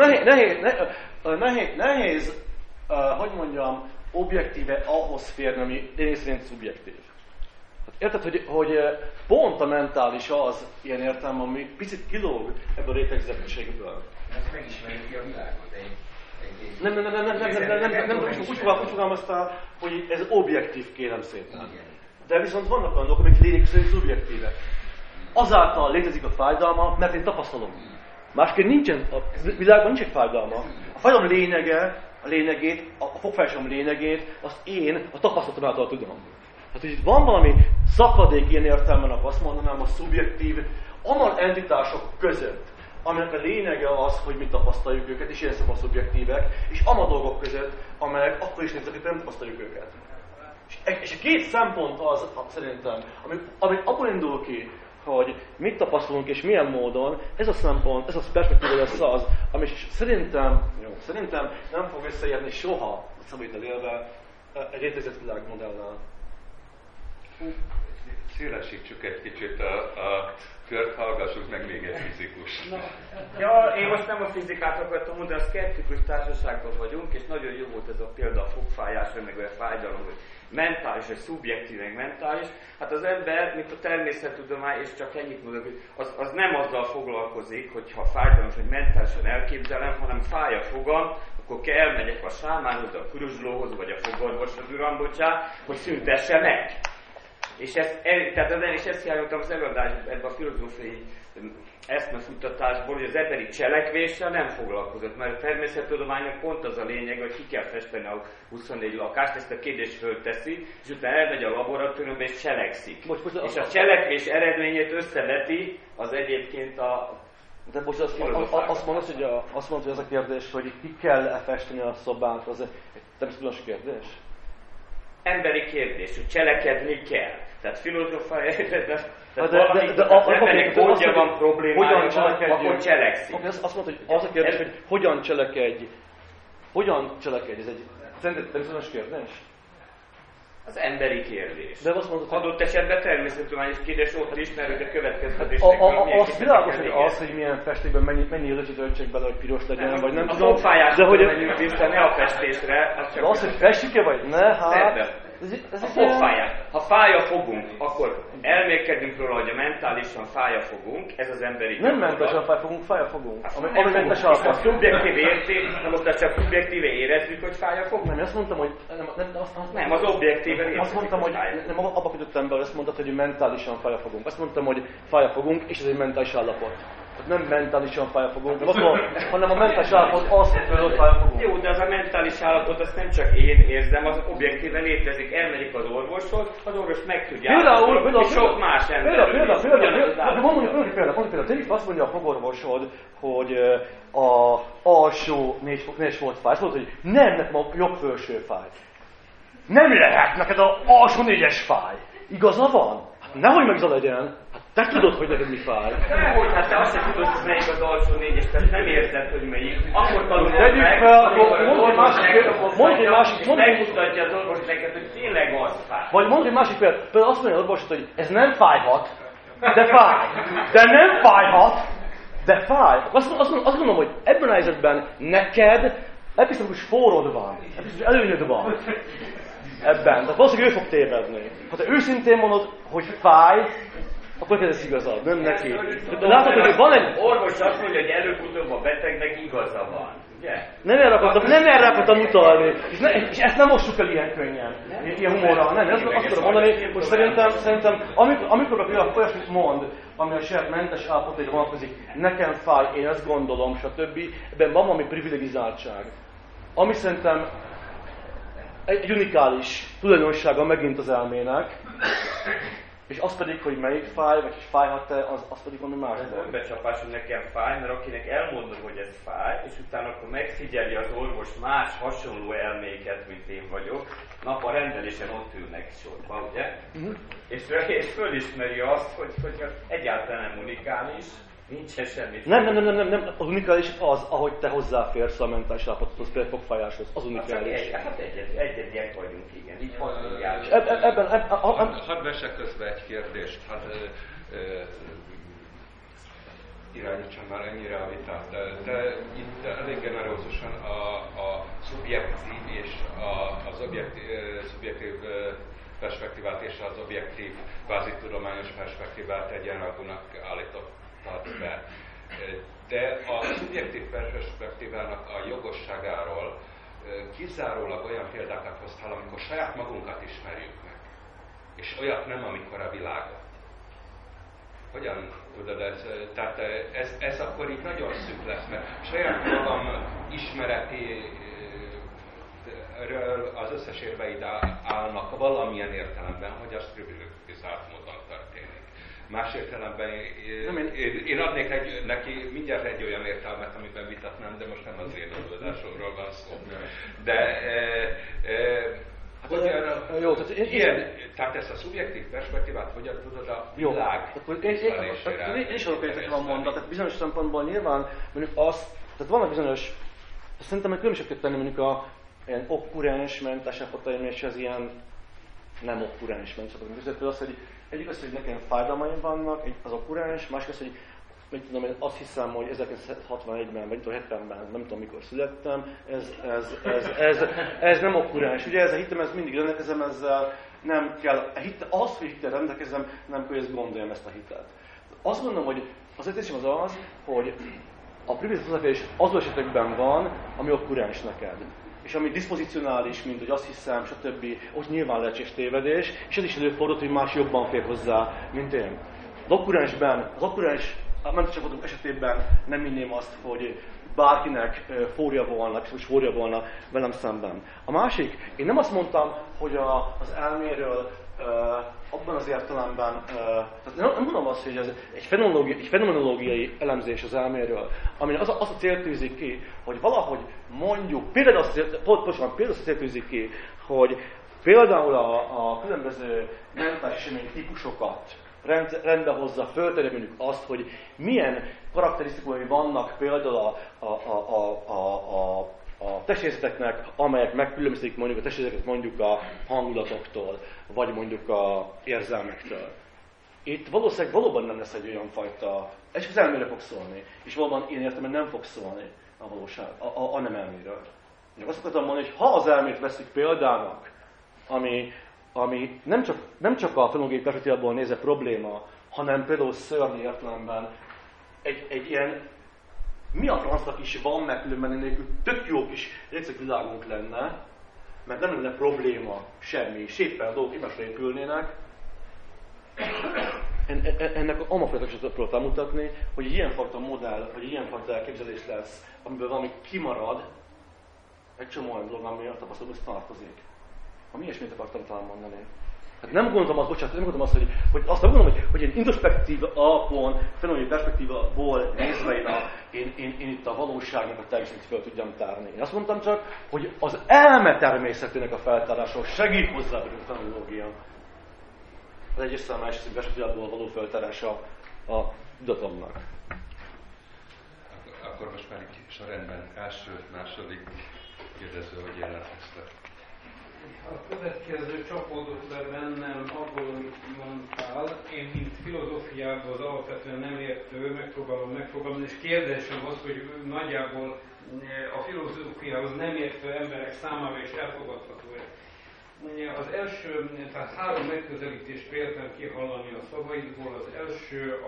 nehéz, hogy mondjam, objektíve ahhoz férni, ami én szerint szubjektív. Érted, hogy pont a mentális az, ilyen értelme, ami picit kilóg ebből a rétegzettségből. Ez megismerjük ki a világot Nem, úgy fogalmaztál, hogy ez objektív, kérem szépen. De viszont vannak olyan dolgok, amik lényeg szerint szubjektívek. Azáltal létezik a fájdalma, mert én tapasztalom. Másként nincsen, a világban nincs egy fájdalma. A fájdalom lényegét, a fogfájásom lényegét, azt én a tapasztalatom által tudom. Hát, hogy itt van valami szakadék ilyen értelmenek, azt mondanám, a szubjektív anal entitások között, aminek a lényege az, hogy mit tapasztaljuk őket, és ilyen szemben a szubjektívek, és anal dolgok között, amelyek akkor is néznek, hogy nem tapasztaljuk őket. És a két szempont az, szerintem, amit abból indul ki, hogy mit tapasztalunk és milyen módon, ez a szempont, ez a perspektíva lesz az, ami szerintem nem fog összeérni soha, szabadítan élve, egy létezett világmodellel. Szélesítsük egy kicsit a kört, hallgassuk meg még egy fizikus. Ja, én most nem a fizikát akartam mondani, a szkeptikus társaságban vagyunk, és nagyon jó volt ez a példa a fogfájásra, meg a fájdalom, hogy mentális, vagy szubjektív, meg mentális. Hát az ember, mint a természettudomány, és csak ennyit mondok, hogy az nem azzal foglalkozik, hogyha fájdalmas, vagy mentálisan elképzelem, hanem fáj a fogam, akkor elmegyek a sámánhoz, a kuruzslóhoz, vagy a fogorvoshoz, uram, bocsánat, hogy szüntesse meg. És ezt járultam az előadásban, ebben a filozófiai eszmefuttatásból, hogy az emberi cselekvéssel nem foglalkozott, mert a természettudománynak pont az a lényeg, hogy ki kell festeni a 24 lakást, ezt a kérdést fölteszi, és utána elmegy a laboratóriumba és cselekszik. És a cselekvés eredményét összeveti az egyébként a... De most azt mondod, hogy ez a kérdés, hogy ki kell festeni a szobát, az egy természettudományos kérdés? Emberi kérdés, hogy cselekedni kell. Tehát filozófiai, de embernek gondja van, problémája van, akkor cselekszik. Azt mondod, hogy az a kérdés, hogy hogyan cselekedj. Hogyan cselekedj? Ez egy természettudományos kérdés? Az emberi kérdés. De azt mondod, adott esetben természettudományos kérdés ott is, mert a következtetésnek az világos, hogy az, hogy milyen festékben mennyi időt öntsek bele, hogy piros legyen, vagy nem tudom. A fogfájásra menjünk vissza, ne a festésre. De az, hogy festjük-e vagy ne, hát... A fogfájás. Ha fáj a fogunk, akkor elmélkedünk róla, hogy a mentálisan fáj a fogunk, ez az emberi. Nem mentálisan fáj a fogunk, fáj a fogunk. A szubjektív érték, na most azt csak szubjektíve érezzük, hogy fáj a fogunk? Nem, azt mondtam, hogy... Nem, az objektíven érezzük. Azt mondtam, hogy nem abba kötöttem be, hogy azt mondtad, hogy mentálisan fáj a fogunk. Azt mondtam, hogy fáj a fogunk, és ez egy mentális állapot. Nem mentálisan fáj a fogunk, hanem a mentális állapot az, hogy fáj a fogunk. Jó, de az a mentális állapot, azt nem csak én érzem, az objektíven létezik. Elmegyek az orvoshoz, az orvos meg tudja állapotni, és sok más emberről is. Például, tényleg azt mondja a fogorvosod, hogy az alsó 4 volt fáj. Azt mondod, hogy nem, nekem a jobb felső fáj. Nem lehet neked az alsó 4-es fáj. Igaza van? Hát nehogy meg igaza legyen. Hát te tudod, hogy neked mi fáj. Hogy hát te azt sem tudod, hogy melyik az alsó 4-es, tehát nem érzed, hogy melyik. Akkor tanulod meg, mondj egy másik megmutatja az orvos neked, hogy tényleg az fáj. Vagy mondj egy másik példát. Például azt mondja az orvosod, hogy ez nem fájhat, de fáj. De nem fájhat, de fáj. Azt gondolom, hogy ebben a helyzetben neked episztemikus fórod van, episztemikus előnyöd van ebben. Tehát valószínűleg ő fog tévedni. Ha te őszintén mondod, hogy fáj, akkor ez igazad, nem neki. De látod, hogy van egy... Orvos azt mondja, hogy előbb-utóbb a betegnek igaza van. Ugye? Nem erre akartam utalni. És ezt nem mossuk el ilyen könnyen. Ilyen humorral. Nem, azt tudom mondani, hogy szerintem amikor olyasmit mond, ami a saját mentes állapotaira vonatkozik, nekem fáj, én ezt gondolom, stb. Ebben van valami privilegizáltság. Ami szerintem egy unikális tulajdonsága megint az elmének, és az pedig, hogy melyik fáj, vagy hogy fájhat-e, az pedig valami más. Ez olyan becsapás, hogy nekem fáj, mert akinek elmondom, hogy ez fáj, és utána akkor megfigyeli az orvos más hasonló elméket, mint én vagyok, nap a rendelésen ott ülnek sorba, ugye? És fölismeri azt, hogy egyáltalán nem unikális, nincsen semmi. Nem. Az unikális az, ahogy te hozzáférsz a mentális állapothoz, például fogfájáshoz. Az unikális. Hát egyediek vagyunk, igen. Így hasonlják. Hadd vessek közbe egy kérdést. Irányítsam már ennyire a vitát. De itt elég generózusan a szubjektív és az szubjektív perspektívát és az objektív, kvázi-tudományos perspektívát egyenrangúnak állítottad be. De a szubjektív perspektívának a jogosságáról kizárólag olyan példákat hoztál, amikor saját magunkat ismerjük meg. És olyat nem, amikor a világot. Hogyan tudod ez? Tehát ez akkor így nagyon szűk lesz, mert saját magam ismeretéről az összes érveid állnak valamilyen értelemben, hogy az privilegizált módon történik. Más értelemben én adnék neki mindjárt egy olyan értelmet, amiben vitatnám, de most nem az én előadásomról van szó. De tehát ezt a szubjektív perspektívát hogyan tudod a világ ismerésére? Én is arra értek a mondat, tehát bizonyos szempontból nyilván mondjuk azt, tehát vannak bizonyos, szerintem egy különbséget tenni mondjuk a ilyen okkurens mentásállapotaim és az ilyen nem okkurens mentásállapotaim között. Az, hogy egyik az, hogy nekem fájdalmaim vannak, az okkurens, másik az, hogy mit tudom, én azt hiszem, hogy 1961-ben, vagy 70-ben, nem tudom mikor születtem, ez nem okkurens. Ugye ez a hitem, ez mindig rendelkezem ezzel, nem kell, az, hogy hittel rendelkezem, nem kell, hogy ezt gondoljam ezt a hitet. Azt gondolom, hogy az ötésem az, hogy a privilegizált hozzáférés azon esetekben van, ami okkurens neked. És ami diszpozicionális, mint hogy azt hiszem, stb. Ott nyilván lehetséges tévedés, és ez is előfordult, hogy más jobban fér hozzá, mint én. Az okkurens mentesek esetében nem inném azt, hogy bárkinek fória volna, és most fória volna velem szemben. A másik, én nem azt mondtam, hogy az elméről abban az értelemben, tehát nem mondom azt, hogy ez egy fenomenológiai elemzés az elméről, ami az a célt tűzik ki, hogy valahogy mondjuk, például azt tűzik ki, hogy például a különböző mentális esemény típusokat rendbe hozza, fölterje mondjuk azt, hogy milyen karakterisztikumai vannak például a testérzeteknek, amelyek megkülönböztetik mondjuk a testérzeteket mondjuk a hangulatoktól, vagy mondjuk a érzelmektől. Itt valószínűleg valóban nem lesz egy olyan fajta, és az elmére fog szólni, és valóban én értem, hogy nem fog szólni a valóság, a nem elméről. Azt akartam mondani, hogy ha az elmét veszik példának, ami nem csak a fenológiai perspektívából nézve probléma, hanem például szörnyű értelemben egy ilyen mi a francnak is van, mert különben nélkül tök jó kis részekvilágunk lenne, mert nem lenne probléma semmi, séppen a dolgok egymásra épülnének. Ennek a amafajtak is tudok felmutatni, hogy egy ilyenfajta modell, vagy egy ilyenfajta elképzelés lesz, amiből valami kimarad, egy csomó olyan dolog, ami a tapasztalatban tartozik. Ami ilyesmit akartam talán mondani. Hát nem gondolom azt, hogy egy introspektív alapon, fenológiai perspektívából nézve én itt a valóságnak a természetét fel tudjam tárni. Én azt mondtam csak, hogy az elme természetének a feltárása segít hozzá, hogy a fenológia. Az egyes szám másik perspektívából való feltárása a tudatomnak. Akkor most már így sorrendben első, második kérdező, hogy jelentkeztek. A következő csapódott le bennem abból, amit mondtál. Én, mint filozófiában az alapvetően nem értő, megpróbálom megfogalmazni, és kérdésem az, hogy nagyjából a filozófiához nem értő emberek számára is elfogadható-e. Az első, tehát 3 megközelítést véltem kihallani a szavaidból. Az első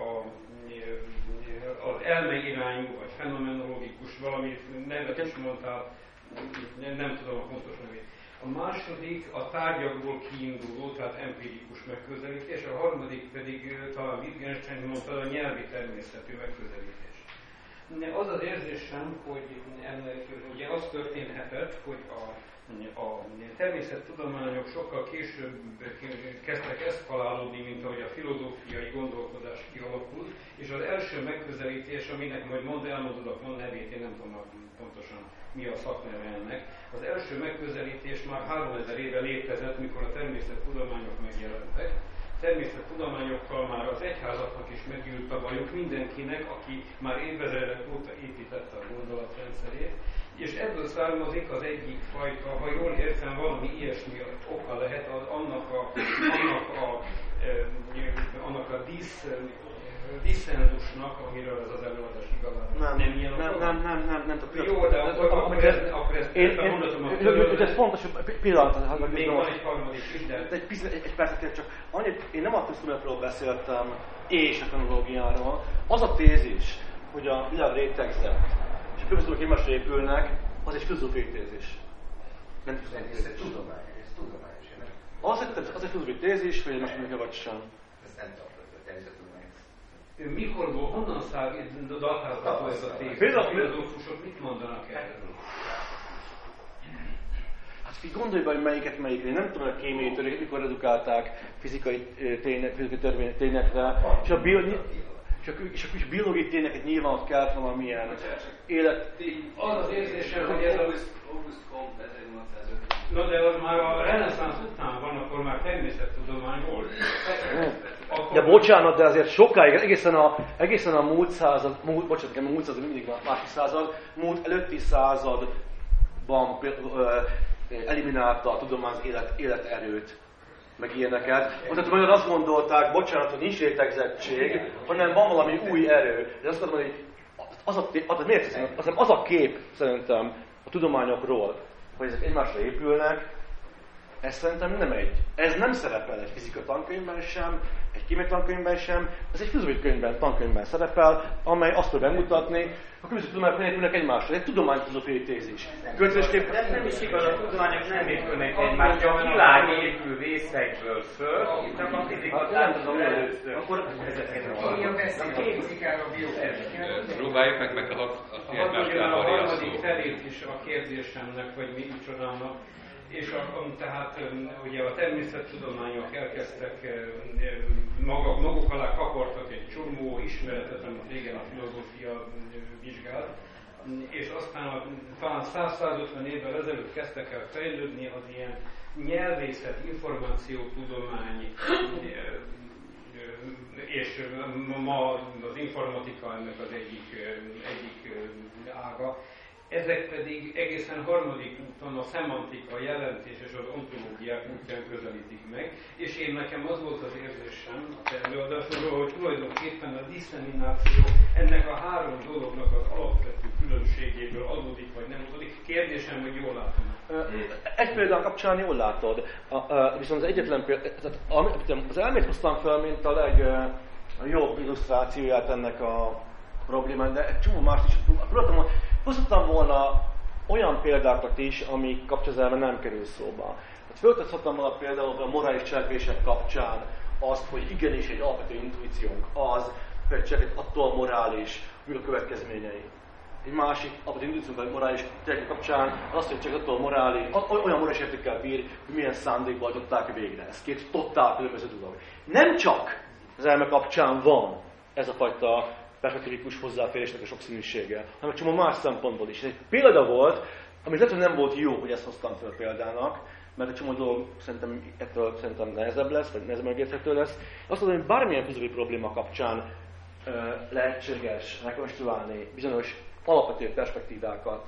az elmeirányú, vagy fenomenológikus, valami nevet is mondtál, nem tudom a pontos nevét. A második a tárgyakból kiinduló, tehát empirikus megközelítés, a harmadik pedig talán Wittgenstein mondta, a nyelvi természetű megközelítés. Az az érzésem, hogy ennek ugye az történhetett, hogy a természettudományok sokkal később kezdtek eszkalálódni, mint ahogy a filozófiai gondolkodás kialakult, és az első megközelítés, aminek majd elmondod a nevét, én nem tudom pontosan mi a szakneve ennek. Az első megközelítés már 3000 éve létezett, mikor a természettudományok megjelentek. Természettudományokkal már az egyházaknak is meggyűlt a bajuk, mindenkinek, aki már évezredek óta építette a gondolatrendszerét, és ebből származik az egyik fajta, ha jól értem, valami ilyesmi oka lehet annak a disszenzusnak, amiről ez az előadás igazából nem ilyen nem. Jó, de akkor ezt mondatom a ez fontos, pillanat. Még van egy harmadik is, de... Egy percet csak annyit, én nem a tudományokról beszéltem, és a fenológiáról. Az a tézis, hogy a világ rétegzett, és a közöttük egymásra épülnek, az egy filozófiai tézis. Nem ez tudományos, nem? Az egy filozófiai tézis, hogy egymásra működik vagy sem. Ezt nem tartott a természettudományos. Mikorból, honnan datázható ez a tézis? A filozófusok mit mondanak erről? Hát gondolj be, hogy melyiket. Én nem tudom, a kémiai törvények mikor redukálták fizikai tényekre, és a biológiai tényeket nyilván ott kellett valamilyen élet... Az az érzésem, hogy ez No, de az már a reneszánsz után van, akkor már természettudomány volt. De bocsánat, de azért sokáig, egészen a múlt század, mindig van másik század, múlt előtti században eliminálta a tudomány az életerőt, meg ilyeneket. Tehát olyan azt gondolták, bocsánat, hogy nincs rétegzettség, hanem van valami új erő. De azt mondom, hogy az a kép szerintem a tudományokról, hogy ezek egymásra épülnek, ez szerintem ez nem szerepel egy fizika tankönyvben sem, egy kémia tankönyvben sem, ez egy filozófiai tankönyvben szerepel, amely azt tud bemutatni, a különböző tudományok épülnek egymásra. Ez egy tudományfilozófiai tézis. Nem is igaz, a tudományok nem épülnek egymásra, a világ épül részekből föl, csak a fizika társadalom először. Akkor próbáljuk meg a egymást elvarni a felét is a kérdésemnek, vagy micsodának. És tehát ugye a természettudományok elkezdtek maguk alá kapartak egy csomó ismeretet, amit régen a filozófia vizsgált, és aztán talán 100-150 évvel ezelőtt kezdtek el fejlődni az ilyen nyelvészet, információtudomány, és ma az informatika ennek az egyik ága. Ezek pedig egészen harmadik úton a szemantika, a jelentés és az ontológiák útján közelítik meg, és én nekem az volt az érzésem a előadásomról, hogy tulajdonképpen a disszemináció ennek a 3 dolognak az alapvető különbségéből adódik vagy nem adódik. Kérdésem, hogy jól látom. Egy példán kapcsán jól látod, viszont az egyetlen az elmét hoztam fel, mint a legjobb illusztrációját ennek a problémán, de egy csomó mást is hozhattam volna olyan példákat is, ami kapcsolatban nem kerül szóba. Föltettem volna például a morális cselekvések kapcsán azt, hogy igenis egy alapvető intuíciónk az, hogy csak attól morális, mi a következményei. Egy másik alapvető intuíciónk a morális cselekvések kapcsán az, hogy csak attól morális, olyan morális értékkel bír, hogy milyen szándékból adották végre. Ez két totál különböző dolog. Nem csak az elme kapcsán van ez a fajta perspektívikus hozzáférésnek a sokszínűsége, hanem csomó más szempontból is. Ez egy példa volt, ami lehet, hogy nem volt jó, hogy ezt hoztam fel példának, mert egy csomó dolog szerintem nehezebb lesz, vagy nehezebb megérthető lesz. Azt mondom, hogy bármilyen fizikai probléma kapcsán lehetséges rekonstruálni bizonyos alapvető perspektívákat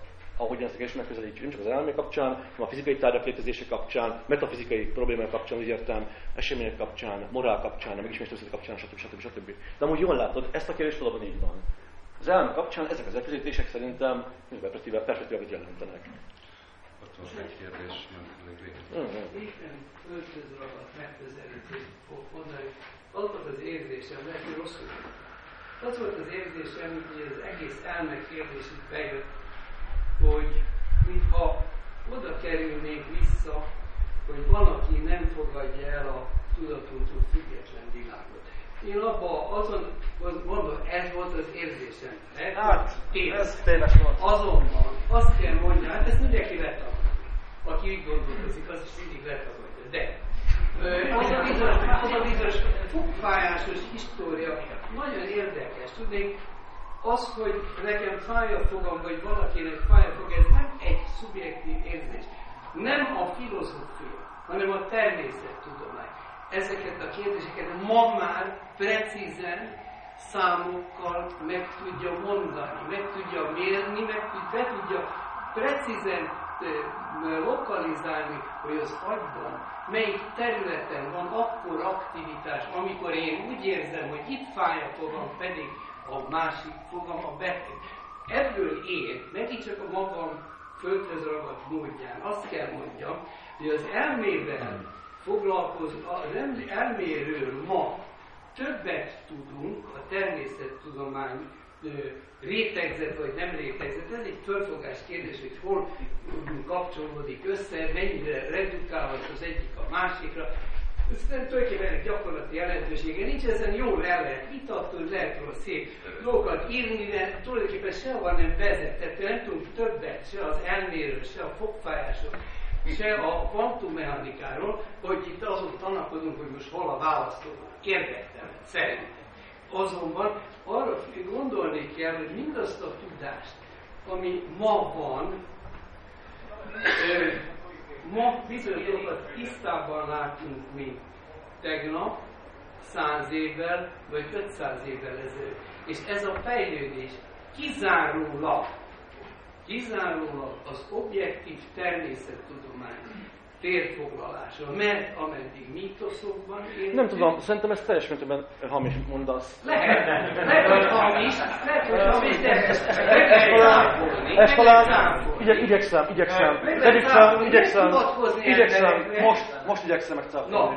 ahogyan ezeket is megközelítjük, nem csak az elmé kapcsán, hanem a fizikai tárgyak létezése kapcsán, metafizikai problémák kapcsán, úgy értem, események kapcsán, morál kapcsán, a megismerőség kapcsán, stb. De amúgy jól látod, ezt a kérdést valóban így van. Az elme kapcsán ezek az elközelítések szerintem perspektívát jelentenek. Ott van egy kérdés, Éppen földhözragadt megközelítést fog mondani. Az volt az érzésem, lehet, hogy rosszul. Az volt az érzésem, hogy az egész elme kérdés itt bejött, hogy mintha oda kerülnénk vissza, hogy valaki nem fogadja el a tudatontól független világot. Én abban azon mondom, ez volt az érzésem. Hát, ez tényleg van. Azonban azt kell mondjam, hát ezt mindenki letagadja. Aki így gondolkozik, az is mindig letagadja. De az a bizonyos fogfájásos história nagyon érdekes. Tudnék, az, hogy nekem fáj a fogam, vagy valakinek fáj a fog, ez nem egy szubjektív érzés. Nem a filozófia, hanem a természettudomány. Ezeket a kérdéseket ma már precízen számokkal meg tudja mondani, meg tudja mérni, be tudja precízen lokalizálni, hogy az agyban melyik területen van akkor aktivitás, amikor én úgy érzem, hogy itt fáj a fogam, pedig a másik fogam a beteg. Ebből én, megint csak a magam földhöz ragadt módján azt kell mondjam, hogy az elmével foglalkozó, az elméről ma többet tudunk, a természettudomány rétegzet vagy nem rétegzet, ez egy fölfogás kérdés, hogy hol kapcsolódik össze, mennyire redukálhat az egyik a másikra. Ez tulajdonképpen egy gyakorlati jelentősége nincs, ezen jól el lehet vitatni, lehet róla szép dolgokat írni, de tulajdonképpen sehova nem vezethető, nem tudunk többet se az elméről, se a fogfájásról, se a kvantummechanikáról, hogy itt azon tanakodunk, hogy most hol a választóban. Érdektelen, szerintem. Azonban arra gondolni kell, hogy mindazt a tudást, ami ma van, ma bizonyos dolgokat tisztában látunk, mint tegnap, 100 évvel, vagy 500 évvel ezelőtt. És ez a fejlődés kizárólag az objektív természettudomány térfoglalása, mert ameddig mítoszokban élünk... Nem tudom, szerintem ez teljes mértékben hamis mondasz. Lehet, hogy hamis, de ezt talán igyekszem, most igyekszem megcáfolni.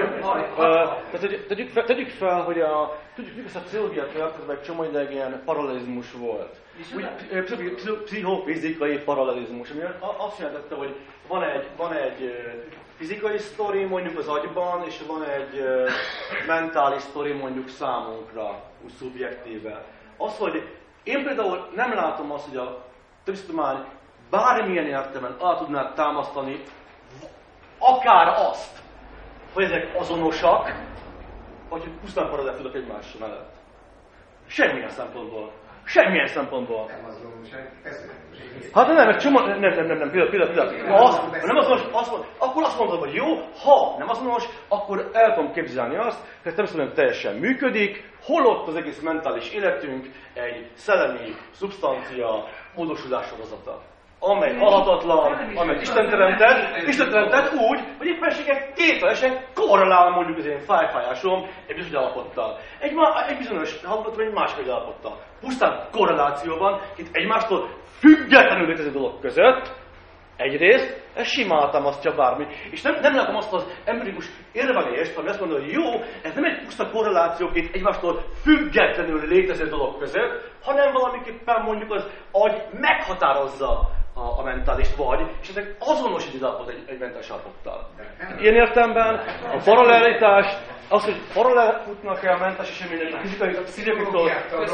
Tegyük fel, hogy tudjuk, ezt a pszichológiát felkötve egy csomó ideig ilyen paralelizmus volt. Pszichofizikai paralelizmus, ami azt jelentette, hogy van egy fizikai sztori mondjuk az agyban, és van egy mentális sztori mondjuk számunkra, úgy szubjektíve. Az, hogy én például nem látom azt, hogy a tudomány bármilyen értelemben alá tudná támasztani akár azt, hogy ezek azonosak, vagy hogy pusztán paralel tudok egymás mellett. Semmilyen szempontból. Semmilyen szempontból. Nem azonosak, Hát nem, egy csomó... Nem, például. Nem azonos, akkor azt mondom, hogy jó, ha nem azonos, akkor el tudom képzelni azt, hogy természetesen teljesen működik, holott az egész mentális életünk egy szellemi szubstancia módosulássorozata, amely halhatatlan, amely Isten teremtett úgy, hogy éppenséggel tételesen korrelál mondjuk az én fájfájásom egy bizonyos állapottal. Egy bizonyos állapottal, vagy egy másik állapottal. Pusztán korrelációban, itt egymástól függetlenül létező dolog között, egyrészt, ez simán támasztja bármi. És nem látom azt az empirikus érvelést, ami azt mondja, hogy jó, ez nem egy puszta korreláció két egymástól függetlenül létező dolog között, hanem valamiképpen mondjuk az agy meghatározza a mentális vagy, és ezek azonos egy állapot egy mentális állapottal. Ilyen értelemben a paralelitás, az, hogy paralel futnak-e a mentális események, a fizikai pszichiatriktól...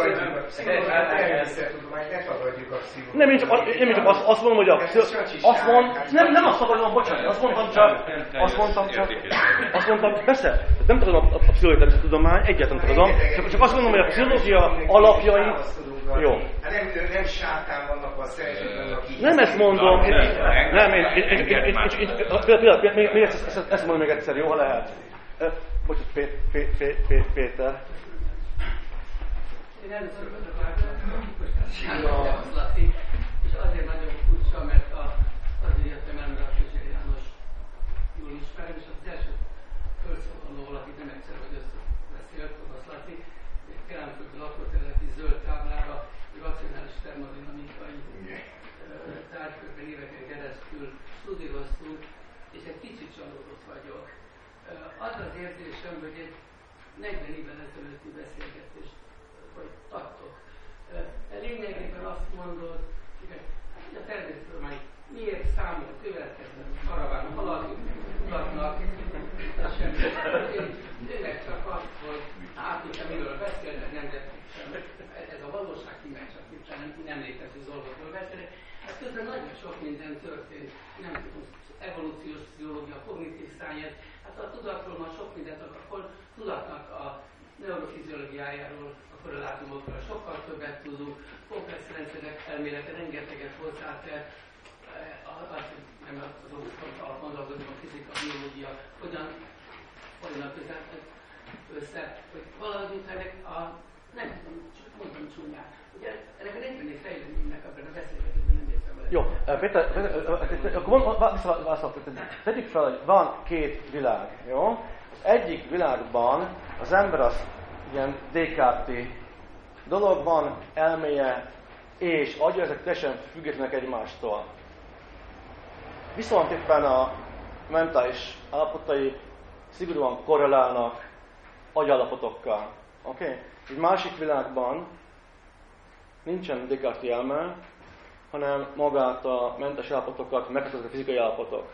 Nem, én csak azt mondom, hogy nem azt akarom, bocsánat, azt mondtam, persze, nem tudom a pszichológiai természettudomány, egyáltalán tudom, csak azt mondom, hogy a pszichológia alapjai... Jó. Nem sátán vannak a szerzőben, akik... Nem ezt mondom, nem, még ezt mondom még egyszer, jó, ha lehet. Bocsánat, Péter. Én először azért nagyon furcsa, mert azért jöttem el, mert a Kőzsér János jól ismerem, és az első felszólaló valaki nem egyszer, hogy összebeszélt, Kovasz Laci, egy Kelenföldön lakóterületi zöld táblára, egy racionális termodinamikai tárgykörben éveken keresztül studíroztunk, és egy kicsit csalódott vagyok. Az az érzésem, hogy egy 40 évvel ezelőtti beszélgetést folytattok. Lényegében azt mondod, hogy a természettudomány miért számol következően karaván haladni, tudatnak, semmi. Tényleg csak azt, hogy hogyha miről beszélnek, nem sem. Ez a valóság kimegy, csak nem létező dolgokról beszélnek. Hát közben nagyon sok minden történt, nem tudom, evolúciós pszichológia, kognitív science, hát a tudatról már sok mindent, akkor tudatnak a neurofiziológiájáról, a korrelátumokról sokkal többet tudunk, komplex rendszerek elmélete rengeteget hozzátett, nem az alapgondolatban a fizika, a biológia, hogyan folynak össze, hogy valahogy utána nem tudom, csak mondtam csúnyán. Ugye ennek a rendben fejleménynek abban a beszélgetésben nem értem vele. Jó, Péter, akkor visszaválaszolok, tegyük fel, hogy van két világ, jó? Az egyik világban az ember az ilyen Descartes dolog van, elméje és agya, ezek teljesen függetlenek egymástól. Viszont éppen a mentális állapotai szigorúan korrelálnak agyállapotokkal. Okay? Egy másik világban nincsen Descartes elme, hanem magát a mentális állapotokat meghatározzák a fizikai állapotok.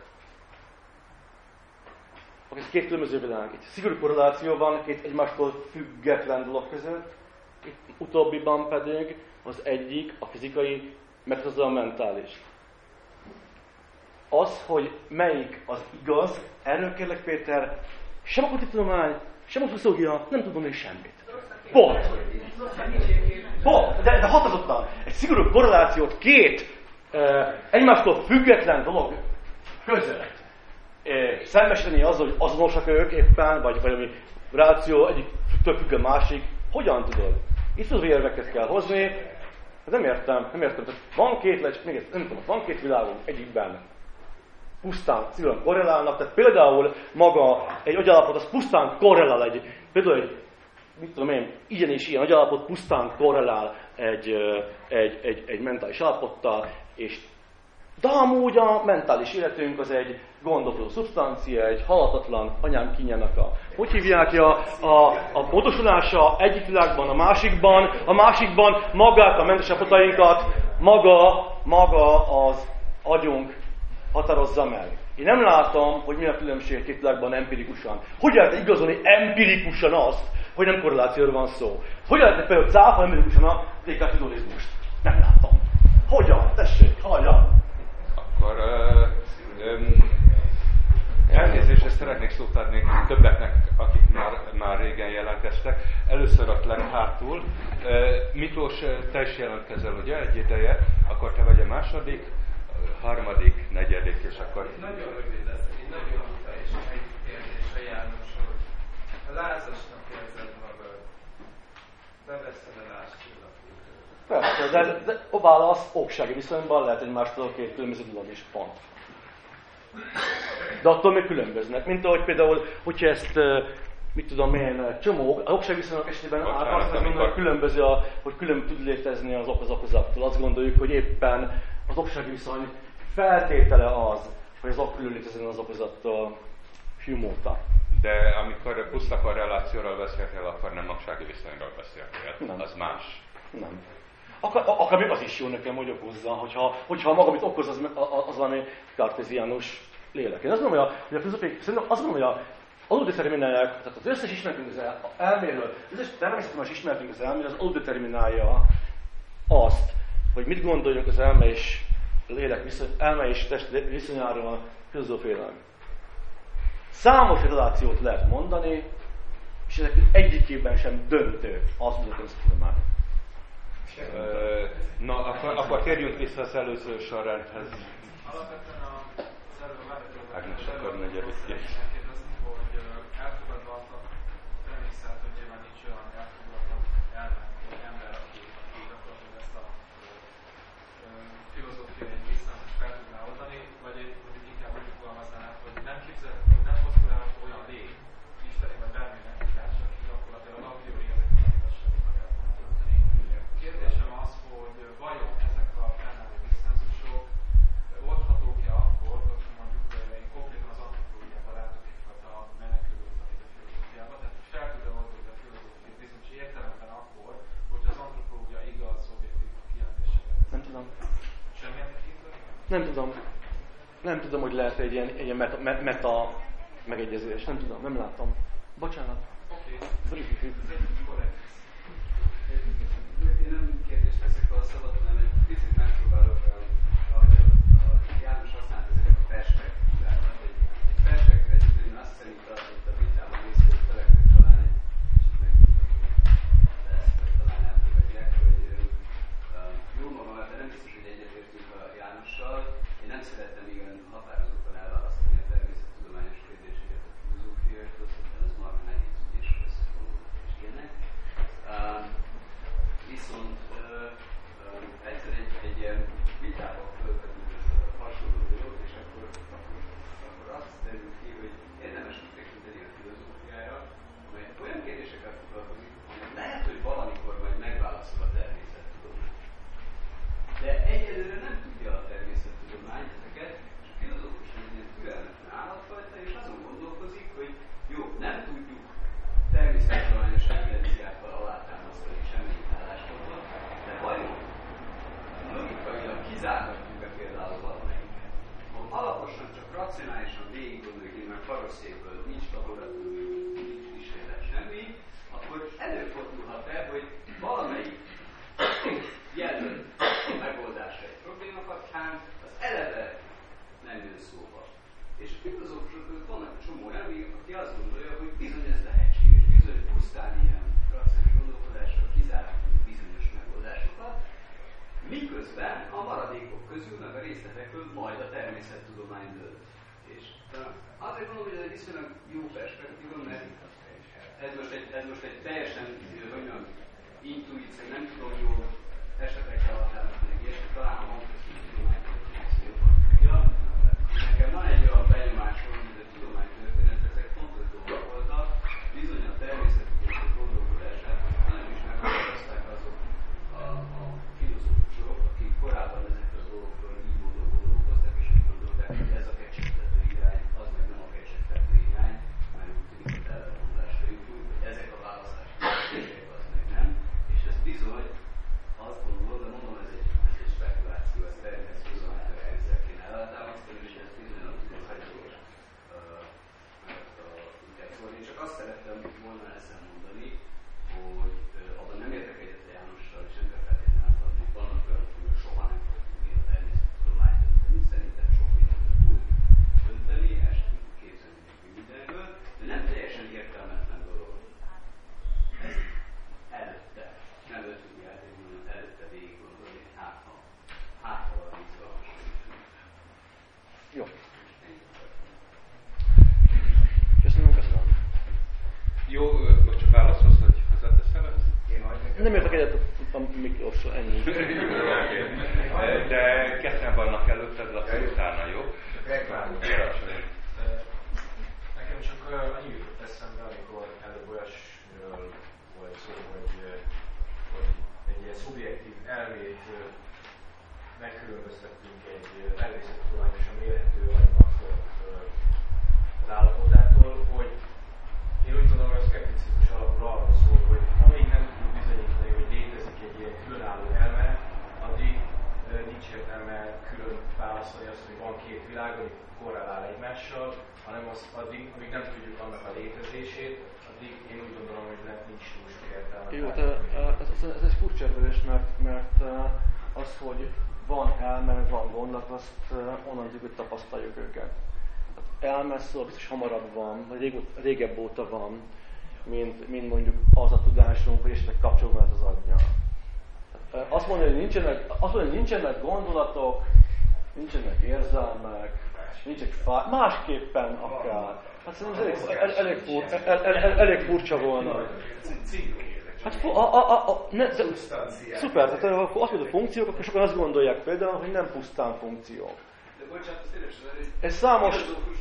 Ez két különböző világ. Itt szigorú korreláció van két egymástól független dolog között, itt utóbbiban pedig az egyik a fizikai meghatározza a mentális. Az, hogy melyik az igaz, erről kérlek Péter, sem a kultúrtudomány, sem a pszichológia nem tud mondani semmit. Pont! Pont! De határozottan egy szigorú korrelációt két egymástól független dolog között szembesíteni azzal, hogy azonosak ők éppen, vagy valami ráció egyik-től függ a másik, hogyan tudod? Itt az érveket kell hozni, nem értem. Van van két világunk egyikben. Pusztán szigorúan korrelálnak, tehát például maga egy agyalapot, az pusztán korrelál például mit tudom én, ilyen és ilyen agyalapot pusztán korrelál egy mentális állapottal, de amúgy a mentális életünk az egy gondolkodó szubstancia, egy halhatatlan anyám kínjának hogy hívják a pontosulása egyik világban, a másikban magát a mentális állapotainkat maga az agyunk határozza meg. Én nem látom, hogy mi a különbség két világban empirikusan. Hogy lehet igazolni empirikusan azt, hogy nem korrelációról van szó? Hogy lehet például cáfolni empirikusan a dekártizolizmust? Nem látom. Hogyan? Tessék, halljam! Akkor elnézést, szeretnék szót adni többeknek, akik már régen jelentkeztek. Először ott lent hátul. Miklós, te is jelentkezel, ugye, egy ideje, akkor te vagy a második, harmadik, negyedik, és akkor... Nagyon rövid lesz, egy nagyon buta és egy kérdés a János, hogy a lázasnak érzed magad, beveszed a lázcsillapot. Persze, de a válasz oksági viszonyban lehet egymástól két különböző dolog is, pont. De attól még különböznek. Mint ahogy például, hogyha ezt, mit tudom én, csomó, a oksági viszonyok esetében hogy különböző, hogy külön tud létezni az okozattól. Azt gondoljuk, hogy éppen az oksági viszony feltétele az, hogy az ok külön létezzen az okozattól. Hume óta. De amikor puszta korrelációról beszéltél, akkor nem oksági viszonyról beszéltél. Nem. Az más. Nem. Akár még az is jó nekem, hogy okozza, hogyha maga, amit okoz, az valami kartéziánus lélek. Én azt mondom, hogy a filozófiai, szerintem azt mondom, hogy az autodeterminálják, tehát az összes ismeretünk az elméről, az összes természetesen ismeretünk az elméről, az autodeterminálja azt, hogy mit gondoljunk az elme és lélek elme és test viszonyáról filozófiailag. Számos relációt lehet mondani, és ezek egyikében sem döntő az tudományos. Na, akkor térjünk vissza az előző sorrendhez. Alapvetően az előbb Ágnes akar negyedik kérdezni, hogy elfogadva azt a premisszát, hogy nyilván nincs olyan elfogadva ember, aki gyakorlatilag ezt a Nem tudom, hogy lehet egy ilyen meta megegyezés. Nem tudom, nem látom. Bocsánat. Oké. Én nem kérdést teszek a szabad, hanem egy picit megpróbálok, ahogy a János használt ezeket a perspektívákat. Egy perspektív egy időn azt szerint tartott a vitában részét feleknek talán egy kicsit megnyugtató lesz, vagy talán elfogadják, hogy jó magam, mert nem biztos, hogy egyetértünk a Jánossal. Én nem szerettem igen határozottan elválasztani a természettudományos kérdéseket a filozófiától, szerintem ez marha nehéz ügy és összefonódott és ilyenek. Viszont egyszer egy ilyen vitában fölvetünk hasonló dolog, és akkor azt derül ki, hogy érdemes kitekinteni a filozófiára, amely olyan kérdéseket foglalkozik, amely lehet, hogy valamikor majd megválaszol a természettudomány. De egyelőre nem tudja a természettudomány ezeket, és a filozófus egy ilyen türelmetlen állatfajta, és azon gondolkozik, hogy jó, nem tudjuk természettudományos evidenciákkal alátámasztani semmelyik álláspontot, de vajon logikailag kizárhatjuk-e például valamelyiket? Ha alaposan, csak racionálisan végig gondoljuk, én már karosszékből nincs laboratórium, nincs kísérlet, semmi, akkor előfordulhat-e, hogy valamelyik jelölt a megoldásra egy probléma kapcsán, az eleve nem jön szóba. És a filozófusok között vannak egy csomó elvi, aki azt gondolja, hogy bizony ez lehetséges, bizony pusztán ilyen racionális gondolkodással kizárhatunk bizonyos megoldásokat, miközben a maradékok közül, meg a részletekről majd a természettudomány dönt. És azért mondom, hogy ez egy viszonylag jó perspektíva, mert ez most egy teljesen, hogy mondjam, intuíció, nem tudom jól esetekre határozni, meg ilyesmi, talán a Montesquieu-tudománytól jobban tudja. Nekem van egy olyan benyomásom, hogy a tudománytörténet ezek fontos dolgok voltak, bizony a természettudományos gondolkodását nagyon is meghatározták azok a filozófusok, akik korábban ezekről a dolgokról így gondolkoztak, és úgy gondolták, hogy ez a kecsegtető irány, az meg nem a kecsegtető irány, mert úgy tűnik, hogy ellenmondásra jutunk, hogy ezek a választási kérdések, az meg nem, és ez bizony azt gondolom, de mondom, ez egy spekuláció, ez természettudományos rendszer kéne eltámasztani, és ez bizony a tudományos inkább szólni. Én csak azt szerettem volna ezzel mondani, hogy abban nem értek egyet a Jánossal, és nem kell feltétlenül átadni, hogy vannak olyanok, hogy soha nem fog tudni a természettudományt dönteni. Szerintem sok mindenről tud dönteni, el sem tudjuk képzelni mindenről, de nem teljesen értelmetlen dolog. Ez előtte, nem ötünk játékban, hanem előtte végig gondolni, hát ha valami izgalmas. Jó. Köszönöm. Jó, most csak válaszolsz, hogy hozzáteszem ezt? Nem értek egyet a Miklóssal, ennyi. De ketten vannak előtted, Laci, utána, jó? Nekem csak annyi jutott eszembe, amikor előbb olyasmiről volt szó, hogy egy ilyen szubjektív elmét megkülönböztettünk egy természettudományosan mérhető agynak az állapotától, hogy én úgy gondolom, hogy a szkepticizmus alapul arról szól, hogy amíg nem tudjuk bizonyítani, hogy létezik egy ilyen különálló elme, addig nincs értelme külön válaszolni azt, hogy van két világ, ami korrelál egymással, hanem addig, amíg nem tudjuk annak a létezését, addig én úgy gondolom, hogy nincs túl sok értelme. Jó, ez egy furcsa érvelés, mert az, hogy van elme, meg van gondolat, azt onnan hogy tapasztaljuk őket. Elme szó biztos hamarabb van, vagy régebb óta van, mint mondjuk az a tudásunk, hogy esetleg kapcsolódnak az aggyal. Azt mondani, hogy nincsenek gondolatok, nincsenek érzelmek, nincsenek másképpen akár. Hát szerintem elég furcsa volna. Hát szuper, tehát ha azt mondod, funkciók, akkor sokan azt gondolják például, hogy nem pusztán funkciók. De bocsánat, szívesen, ez számos...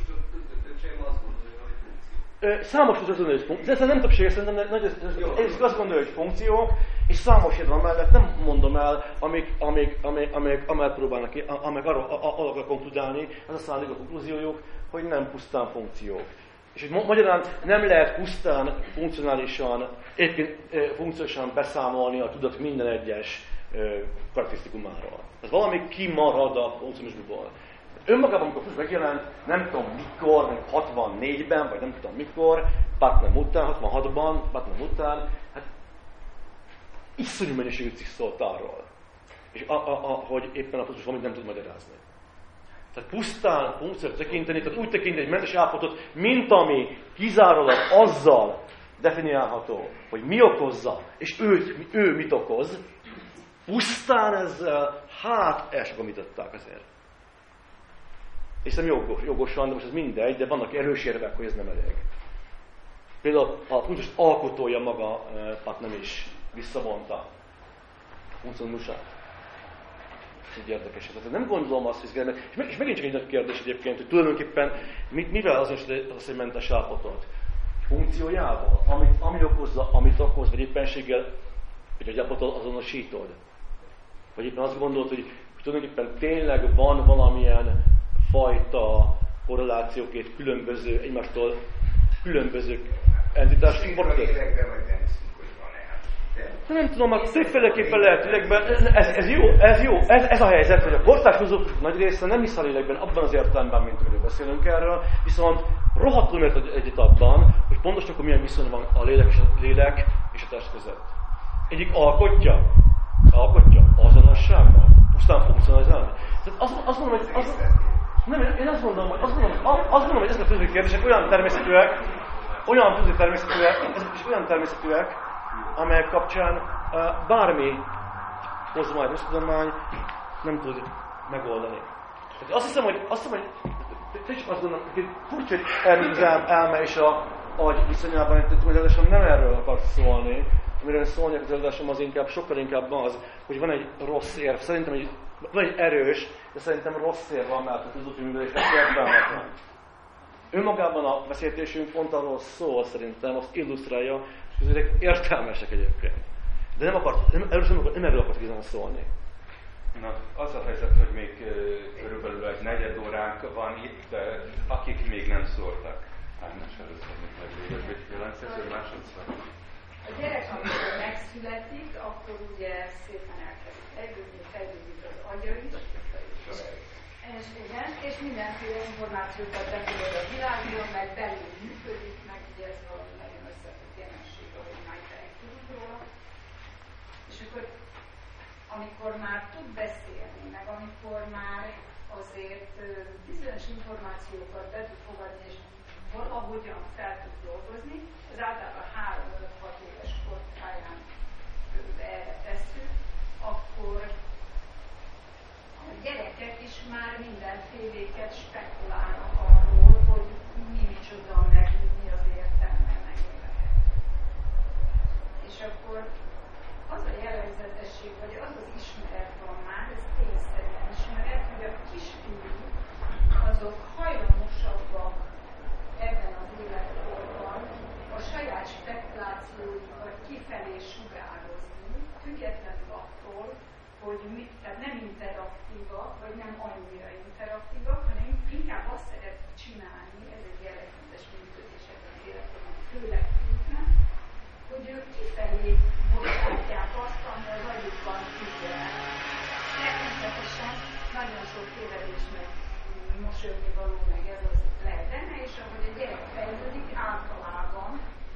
Számos tudatlanul, hogy funkció, de nem többsége szerintem azt gondolja, hogy funkciók, és számos van mellett nem mondom el, amelyek próbálnak, amelyek arra konkludálni, az aztán a konklúziójuk, hogy nem pusztán funkciók. És hogy magyarán nem lehet pusztán funkcionálisan beszámolni a tudat minden egyes karakterisztikumáról. Ez valami kimarad a konszumizmusból. Önmagában, amikor Krisztus megjelent, nem tudom mikor, 64-ben, vagy nem tudom mikor, Putnam után, 66-ban, Putnam után, hát iszonyú mennyiségű cikk szólt arról. És hogy éppen a Krisztus valamit nem tud magyarázni. Tehát pusztán funkciót tekinteni, tehát úgy tekinteni egy mentes állapotot, mint ami kizárólag azzal definiálható, hogy mi okozza, és ő mit okoz, pusztán ezzel, hát elsokamították azért. És nem jogosan, de most ez mindegy, de vannak erős érvek, hogy ez nem elég. Például a Krisztus alkotója maga Putnam is visszavonta funkcionálusát. Ez egy érdekes. Tehát nem gondolom azt, hogy és megint csak egy nagy kérdés egyébként, hogy tulajdonképpen mivel az egy mentes állapotot? Funkciójával? Ami okozza, amit okoz, vagy éppenséggel, hogy egy állapotot azonosítod? Vagy éppen azt gondolod, hogy tulajdonképpen tényleg van valamilyen fajta korrelációként különböző, egymástól különböző entitások. Nem tudom, hát többféleképpen lehet lélekben, ez jó, ez a helyzet, hogy a kortárs filozófusok nagy része nem hisz a lélekben abban az értelemben, mint amiről beszélünk erről, viszont rohadtul mért egyet abban, hogy pontosan akkor milyen viszony van a lélek és a test között. Egyik alkotja azonosságban, pusztán funkcionalizálni. Tehát azt mondom, hogy én azt mondom, hogy ezek a fizikai kérdések olyan természetűek, amelyek kapcsán bármi tudomány nem tud megoldani. Tehát azt hiszem, hogy csak azt gondolom, hogy furcsa, hogy erről az elme és a agy viszonyában, hogy az nem erről akart szólni. Amiről szólni az előadásom az sokkal inkább az, hogy van egy rossz érv. Szerintem van egy erős, de szerintem rossz érv van, mert a tudatos művelésnek értelmetlen. Önmagában a beszélgetésünk pont arról szól, szerintem, azt illusztrálja, és ezek értelmesek egyébként. De nem erről akart igazán szólni. Na, az a helyzet, hogy még körülbelül egy negyed óránk van itt, de akik még nem szóltak. Ágnes először még megvégez, hogy 9 másodszor. A gyerek, amikor megszületik, akkor ugye szépen elkezd fejlődik az agya is. És mindenféle információkat befogad a világban, meg belül működik, meg ugye ez valami nagyon összetett jelenség, ahogy már tudunk róla. És akkor, amikor már tud beszélni, meg amikor már azért bizonyos információkat be tud fogadni, és valahogyan fel tud dolgozni, ez általában 3-5-6 éves kortáján erre tesszük, akkor a gyerekek is már mindenféléket spekulálnak arról, hogy micsoda, meg mi az értelme, meg lehet. És akkor az a jellegzetesség, vagy az az ismeret van már, ez tényszerűen ismeret, hogy a kisfiúk azok hajlamosabbak ebben az életkorban a saját spekulációikat kifelé sugározni, függetlenül attól, hogy tehát nem interaktívak, vagy nem annyira interaktívak, hanem inkább azt szeretik csinálni, ez egy jellegzetes működés ebben az életben, főleg fiúknak, hogy ők kifelé bocsátják azt, ami az agyukban figyel. Természetesen nagyon sok tévedés meg mosolyogni való, meg ez az lehet benne, és ahogy a gyerek fejlődik, általában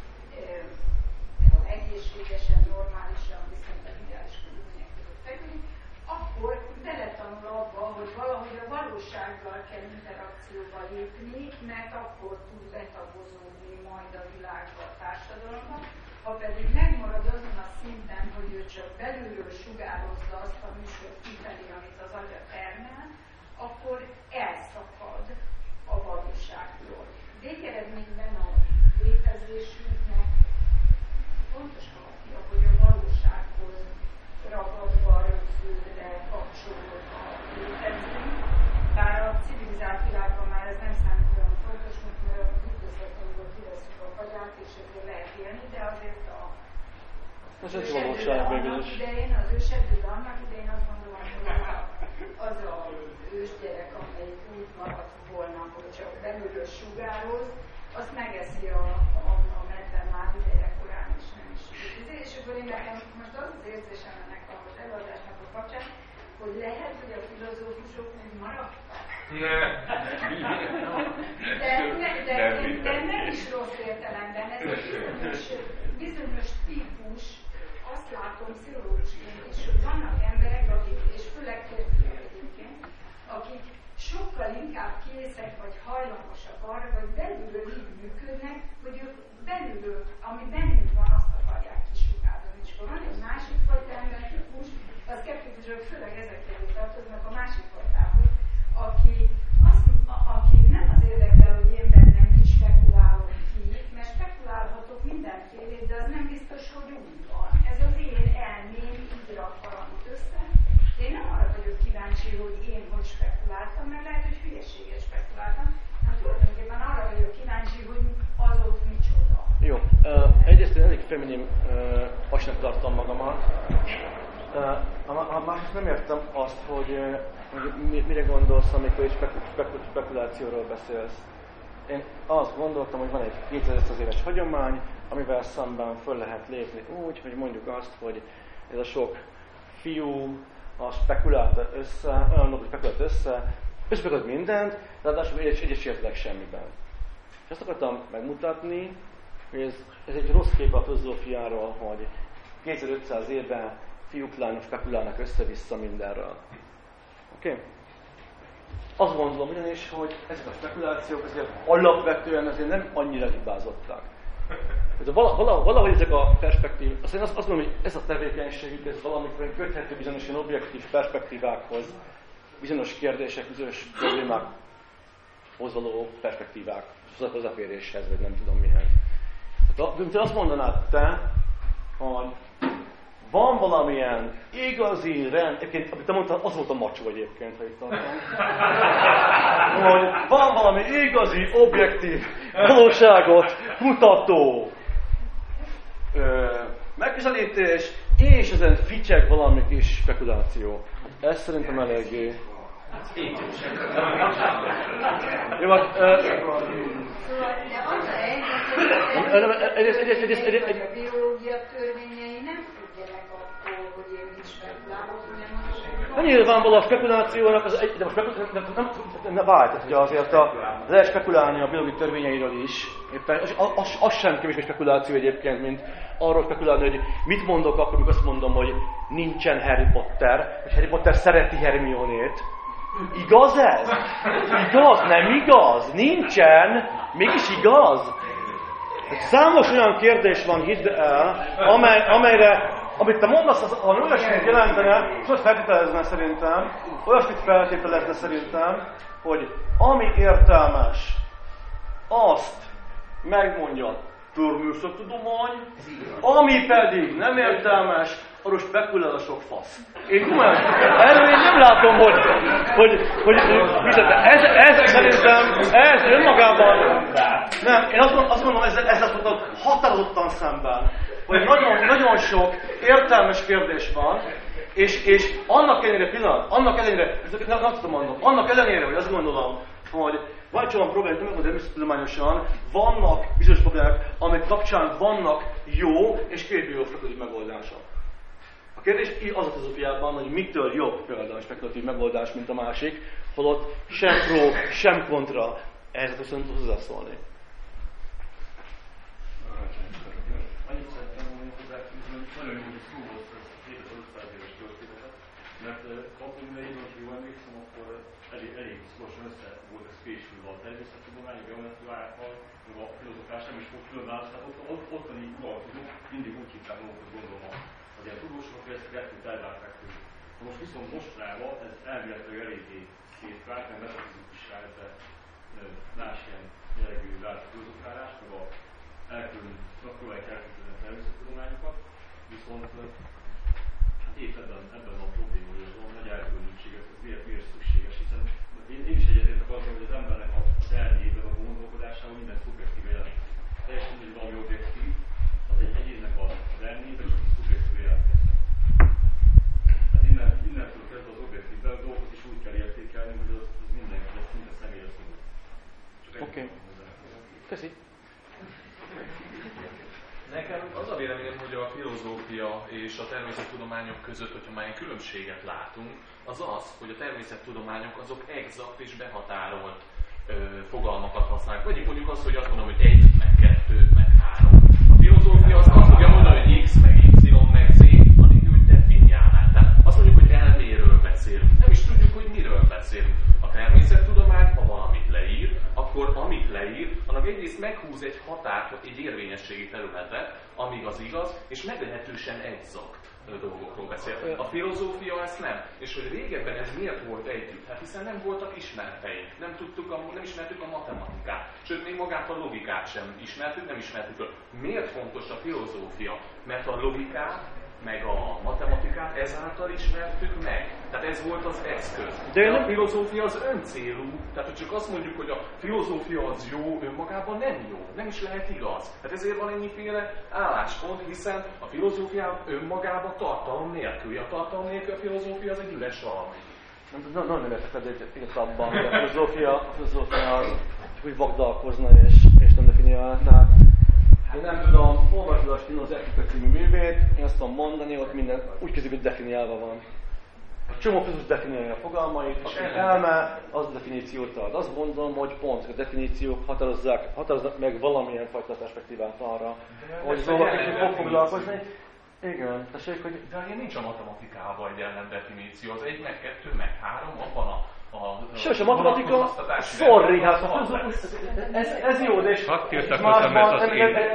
egészségesen, normálisan, viszonylag ideális körülmények között fejlődik, akkor beletanul abba, hogy valahogy a valósággal kell interakcióba lépni, mert akkor tud betagozódni majd a világba, a társadalomba. Ha pedig megmarad azon a szinten, hogy ő csak belülről sugározza azt a műsort kifelé, amit az agya termel, akkor elszakad a valóságról. Végeredményben a létezésünknek fontos alapja, hogy a valósághoz ragadva, rögződve, kapcsolódva létezzünk. Bár a civilizált világban már ez nem számít olyan fontos, mint mert üdvözletlenül kivesszük a fagyát, és ezért lehet élni, de azért az ősedőben annak idején azt gondolom, hogy az a ősgyerek, amelyik úgy maradt volna, hogy csak belülről sugároz, azt megeszi a medve már ideje korán, és nem is. És akkor én nekem most az az érzésem ennek az előadásnak De nem is rossz értelemben, ez egy bizonyos típus, azt látom pszichológusként is, hogy vannak emberek, akik, és főleg férfiak egyébként, akik sokkal inkább készek vagy hajlamosak arra, vagy belülről így működnek, hogy ők belülről, ami bennük van, azt akarják kisugázni. És van egy másik fajta embertípus, a szkeptikusok főleg ezek közé tartoznak a másik fajtához, aki nem az érdekel, hogy én bennem mit spekulálok ki, mert spekulálhatok mindenfélét, de az nem biztos, hogy úgy van. Ez az én elmém így rak valamit össze. Én nem arra vagyok kíváncsi, hogy én hogy spekuláltam, mert lehet, hogy hülyeséget spekuláltam, hanem tulajdonképpen arra vagyok kíváncsi, hogy az ott micsoda. Jó, egyrészt elég feminin pasnak tartom magamat. Másrészt nem értem azt, hogy mire gondolsz, amikor egy spekulációról beszélsz. Én azt gondoltam, hogy van egy 2500 éves hagyomány, amivel szemben föl lehet lépni úgy, hogy mondjuk azt, hogy ez a sok fiú spekulálta össze, olyanok, hogy spekulált összespekulált mindent, de ráadásul egyes értelek semmiben. És azt akartam megmutatni, hogy ez egy rossz kép a filozófiáról, hogy 2500 évben fiúk, lányok spekulálnak össze-vissza mindenről. Oké? Azt gondolom ugyanis, hogy ezek a spekulációk azért alapvetően azért nem annyira hibázottak. Valahogy ezek a perspektív, azt gondolom, hogy ez a tevékenységük, ez valamikor köthető bizonyos ilyen objektív perspektívákhoz, bizonyos kérdések, bizonyos problémákhoz való perspektívák, hozzáféréshez, vagy nem tudom mihez. Mint azt mondanád te, hogy van valamilyen igazi rend, egyébként, amit te mondtad, az volt a macsó egyébként, ha itt tartom. Hogy van valami igazi, objektív, valóságot mutató megközelítés, és ezen fityeg valami kis spekuláció. Ez szerintem eléggé. Jó, hát... De az a helyzet, hogy a biológia törvényei nem függenek attól, hogy én mit spekulálok, nem nyilvánvaló a spekulációnak, de a spekuláció nem vált, hogy azért lehet spekulálni a biológiai törvényeiről is. Éppen, az sem kevésbé spekuláció egyébként, mint arról spekulálni, hogy mit mondok akkor, amikor azt mondom, hogy nincsen Harry Potter, hogy Harry Potter szereti Hermionét. Igaz ez? Igaz? Nem igaz? Nincsen? Mégis igaz? Számos olyan kérdés van, hidd el, amit te mondasz, ha olyasmit jelentene, és azt feltételezne szerintem, olyasmit feltételezne szerintem, hogy ami értelmes, azt megmondja a természettudomány, ami pedig nem értelmes, arról spekulál a sok fasz. Erről én nem látom, hogy ez szerintem, ez önmagában, nem, én azt mondom, ezzel tudok határozottan szemben, hogy nagyon sok értelmes kérdés van, és annak ellenére, annak ellenére, hogy azt gondolom, hogy van olyan problémák, nem természettudományosan, vannak bizonyos problémák, amik kapcsán vannak jó és kevésbé jó spekulatív megoldások. A kérdés az a filozófiában, hogy mitől jobb például a spekulatív megoldás, mint a másik, holott sem pro, sem kontra ehhez viszont hozzászólni. Annyit szeretném mondani hozzáfűzni, hogy nagyon jó, hogy szó volt ez 2500 éves történetet, mert akkor, én jól emlékszem, akkor elég szorosan össze volt ez fésülve a természettudomány, a geometriával, meg a filozófás nem is volt külön választ, tehát ottani uralkodók mindig úgy hívták magukat, gondolom, az ilyen tudósok, hogy ezt a kettőt elválták tőle. Most viszont mostanában ez elméletileg eléggé szétvált, mert metafizikussá, illetve más ilyen jellegű vált filozófálás, meg a próbálják elkülöníteni a természettudományokat, viszont hát épp ebben a probléma, hogy az nagy elkülönítség, ez miért szükséges, hiszen én is egyetértek azzal, hogy az embernek az elméjében, a gondolkodásában minden szubjektív jelent. Teljesen mindegy, valami objektív, az egy egyénnek az elméjében csak a szubjektív jelentkeznek. Tehát innentől kezdve az objektív dolgokat is úgy kell értékelni, hogy az mindenki, ez minden személyre szóló. Oké. Köszi. Nekem az a véleményem, hogy a filozófia és a természettudományok között, hogyha már egy különbséget látunk, az az, hogy a természettudományok azok exakt és behatárolt fogalmakat használnak. Vagy mondjuk azt, hogy azt mondom, hogy 1, meg 2, meg 3. A filozófia azt fogja mondani, hogy X, meg Y, meg Z, anélkül, hogy definiálnál. Tehát azt mondjuk, hogy elméről beszélünk. Nem is tudjuk, hogy miről beszélünk. A természettudomány, ha valamit leír, akkor amit leír, annak egyrészt meghúz egy határt, egy érvényességi területet, amíg az igaz, és meglehetősen exakt dolgokról beszél. A filozófia ezt nem. És hogy régebben ez miért volt együtt? Hát hiszen nem voltak ismereteink, nem ismertük a matematikát, sőt még magát a logikát sem ismertük, nem ismertük föl. Miért fontos a filozófia? Mert a logikát, meg a matematikát ezáltal ismertük meg. Tehát ez volt az eszköz. De a filozófia az öncélú. Tehát hogy csak azt mondjuk, hogy a filozófia az jó, önmagában nem jó. Nem is lehet igaz. Tehát ezért van ennyiféle álláspont, hiszen a filozófia önmagában tartalom nélkül. A tartalom nélkül a filozófia az egy üres valami. Nem értek egyet abban, hogy a filozófia úgy vagdalkozna és nem definiálna. Tehát én nem tudom, olvasd a Spinoza Etika című művét, én azt tudom mondani, ott minden úgy kezdik, hogy definiálva van. A csomó fizikus definiálja a fogalmait, és elme az definíciót ad. Azt gondolom, hogy pont a definíciók határoznak meg valamilyen fajta perspektívát arra, hogy valaki fog foglalkozni. Igen, tessék, hogy... De ilyen nincs a matematikában egy ellen definíció, az 1, meg 2, meg 3, abban a Sőt, a matematika, sorry, hát ez jó, de és másban,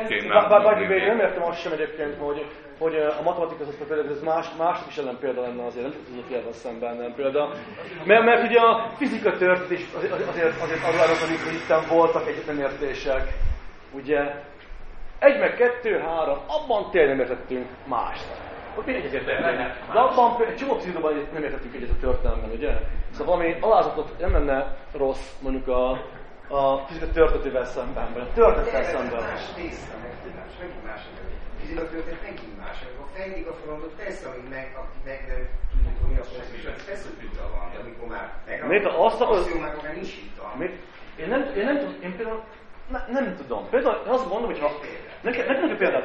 nem értem azt sem egyébként, hogy a matematika az például, ez mások is ellen példa lenne azért, nem filozófiával szemben nem példa. Mert ugye a fizika történet is azért arra árulkodik, hogy itt voltak egyetemértések, ugye 1 meg 2, 3, abban tényleg nem értettünk mást. Ott mi egyetértettünk. De abban egy csomó pszichodóban nem értettünk egyet a történelemben, ugye? Szóval valami alázatot nem lenne rossz, mondjuk a fizika történetével szemben, vagy a történettel szemben. Megint más. A fizika történet megint más. Amikor fejlik a frontot, persze, amíg meg nem tudjuk, hogy mi a konfliktus, ez persze tudja van, de amikor már meg nincs hitta. Én például nem tudom. Például azt mondom, hogy ha... Nekem például...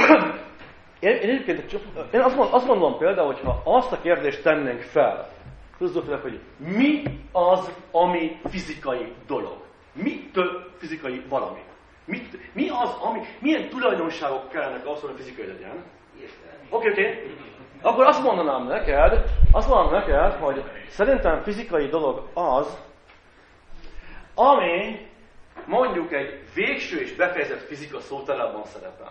Én azt gondolom például, hogyha azt a kérdést tennénk fel, hogy mi az, ami fizikai dolog? Mitől fizikai valami? Mi az, ami... Milyen tulajdonságok kellenek ahhoz, hogy fizikai legyen? Oké. Akkor azt mondanám neked, hogy szerintem fizikai dolog az, ami mondjuk egy végső és befejezett fizika szótárában szerepel.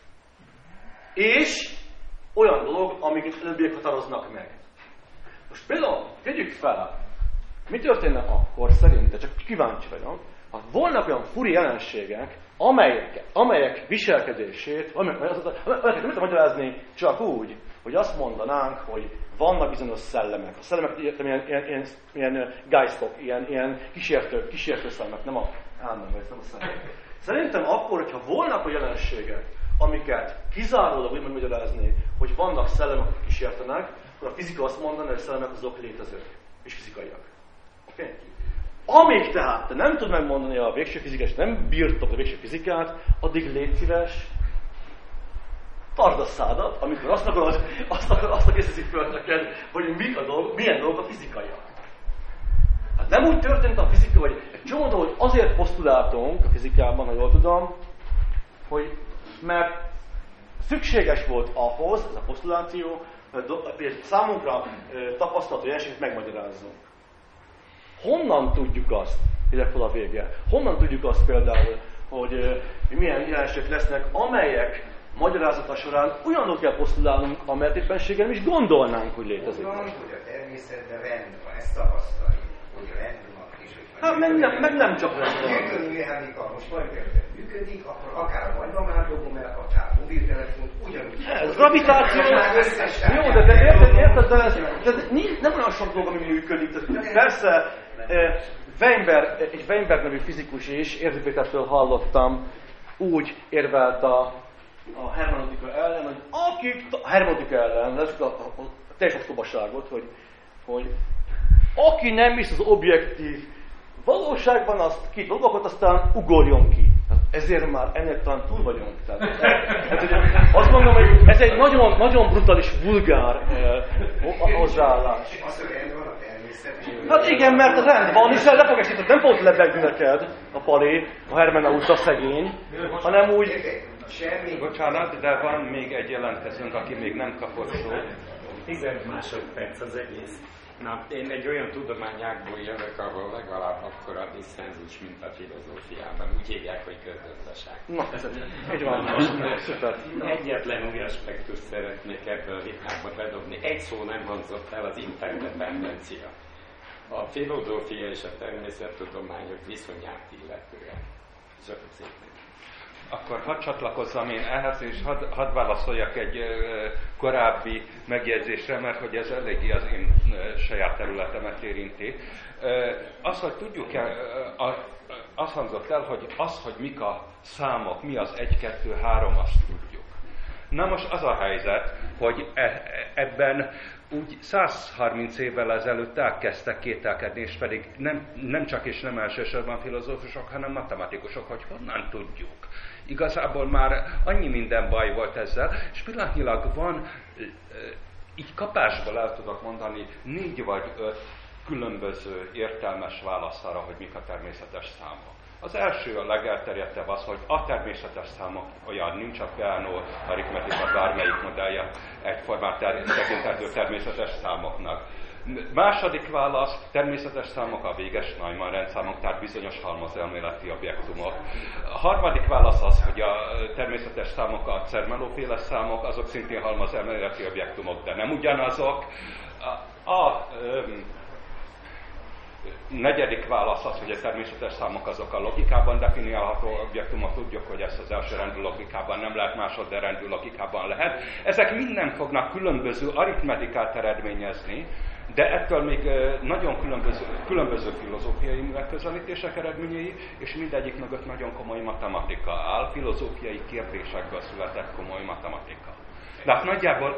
És olyan dolog, amiket előbbiek határoznak meg. Most például tegyük fel, mi történne akkor szerintem, csak kíváncsi vagyok, ha volna olyan furi jelenségek, amelyek viselkedését, amelyeket nem tudom magyarázni csak úgy, hogy azt mondanánk, hogy vannak bizonyos szellemek. A szellemek ilyen geistok, ilyen kísértő szellemek, nem a szellemek. Szerintem akkor, hogyha volnak a jelenségek, amiket kizárólag úgy magyarázni, hogy vannak szellemek, akik kísértenek, akkor a fizika azt mondaná, hogy a szellemek azok létezők és fizikaiak. Okay? Amíg tehát te nem tud megmondani a végső fizikát, és nem bírtok a végső fizikát, addig légy szíves, tartsd a szádat, amikor azt akarod, azt készítik föl neked, hogy milyen dolgok a fizikaiak. Hát nem úgy történt a fizika, hogy egy csomó dolgot azért posztuláltunk a fizikában, ha jól tudom, hogy mert szükséges volt ahhoz, ez a posztuláció, hogy számunkra tapasztalható jelenséget megmagyarázzunk. Honnan tudjuk azt, ide fel a vége, honnan tudjuk azt például, hogy milyen jelenségek lesznek, amelyek magyarázata során olyan dolgot kell posztulálnunk, amelyet éppenséggel nem is gondolnánk, hogy létezik. Van, hogy a természetben rend van, ezt tapasztaljuk, hogy rend van, és hogy... Hát meg nem csak rend van. Működik, most majd működik, akkor akár vagy van már dokument, akár mobiltelefon, ugyanúgy. Ez gravitáció... Jó, de érted, de nem olyan sok dolog, ami működik. Persze, egy Weinberg nevű fizikus is, Érzékvételtől hallottam, úgy érvelt a hermeneutika ellen, hogy a hermeneutika ellen, a teljes ostobaságot, hogy aki nem hisz az objektív valóságban, azt két dolgokat, aztán ugorjon ki. ezért már ennél talán túl vagyunk. Tehát, azt mondom, hogy ez egy nagyon, nagyon brutális, vulgár hozzáállás. Az, hogy rend van a természet. Hát igen, mert a rend van, hiszen le fog esni, nem fogod lebegni neked a Pali, a Hermeneuta szegény, hanem úgy... Semmi. Bocsánat, de van még egy jelentkezőnk, aki még nem kapott szót. 10 másodperc az egész. Na, én egy olyan tudományágból jövök, ahol legalább akkor a disszenzus, mint a filozófiában. Úgy hívják, hogy közgazdaság. Na, ez egy van. Szuper. Egyetlen új aspektust szeretnék ebből a vitába bedobni. Egy szó nem hangzott el, az interdependencia. A filozófia és a természettudományok viszonyát illetően. Szépen. Akkor hadd csatlakozzam én ehhez, és hadd válaszoljak egy korábbi megjegyzésre, mert hogy ez eléggé az én saját területemet érinti. Az, hogy tudjuk-e, azt hangzott el, hogy az, hogy mik a számok, mi az 1, 2, 3, azt tudjuk. Na most az a helyzet, hogy ebben úgy 130 évvel ezelőtt elkezdtek kételkedni, és pedig nem csak és nem elsősorban filozófusok, hanem matematikusok, hogy honnan tudjuk. Igazából már annyi minden baj volt ezzel, és pillanatnyilag van, így kapásból el tudok mondani 4 vagy 5 különböző értelmes válasz arra, hogy mik a természetes számok. Az első, a legelterjedtebb az, hogy a természetes számok olyan nincs, a Peano aritmetika bármelyik modellje egyformán tekinthető természetes számoknak. Második válasz, természetes számok a véges Neumann rendszámok, tehát bizonyos halmazelméleti objektumok. A harmadik válasz az, hogy a természetes számok a Zermelo-féle számok, azok szintén halmazelméleti objektumok, de nem ugyanazok. Negyedik válasz az, hogy a természetes számok azok a logikában definiálható objektumok, tudjuk, hogy ezt az elsőrendű logikában nem lehet, másodrendű logikában lehet. Ezek minden fognak különböző aritmetikát eredményezni, de ettől még nagyon különböző filozófiai megközelítések eredményei, és mindegyik mögött nagyon komoly matematika áll, filozófiai kérdésekből született komoly matematika. Tehát nagyjából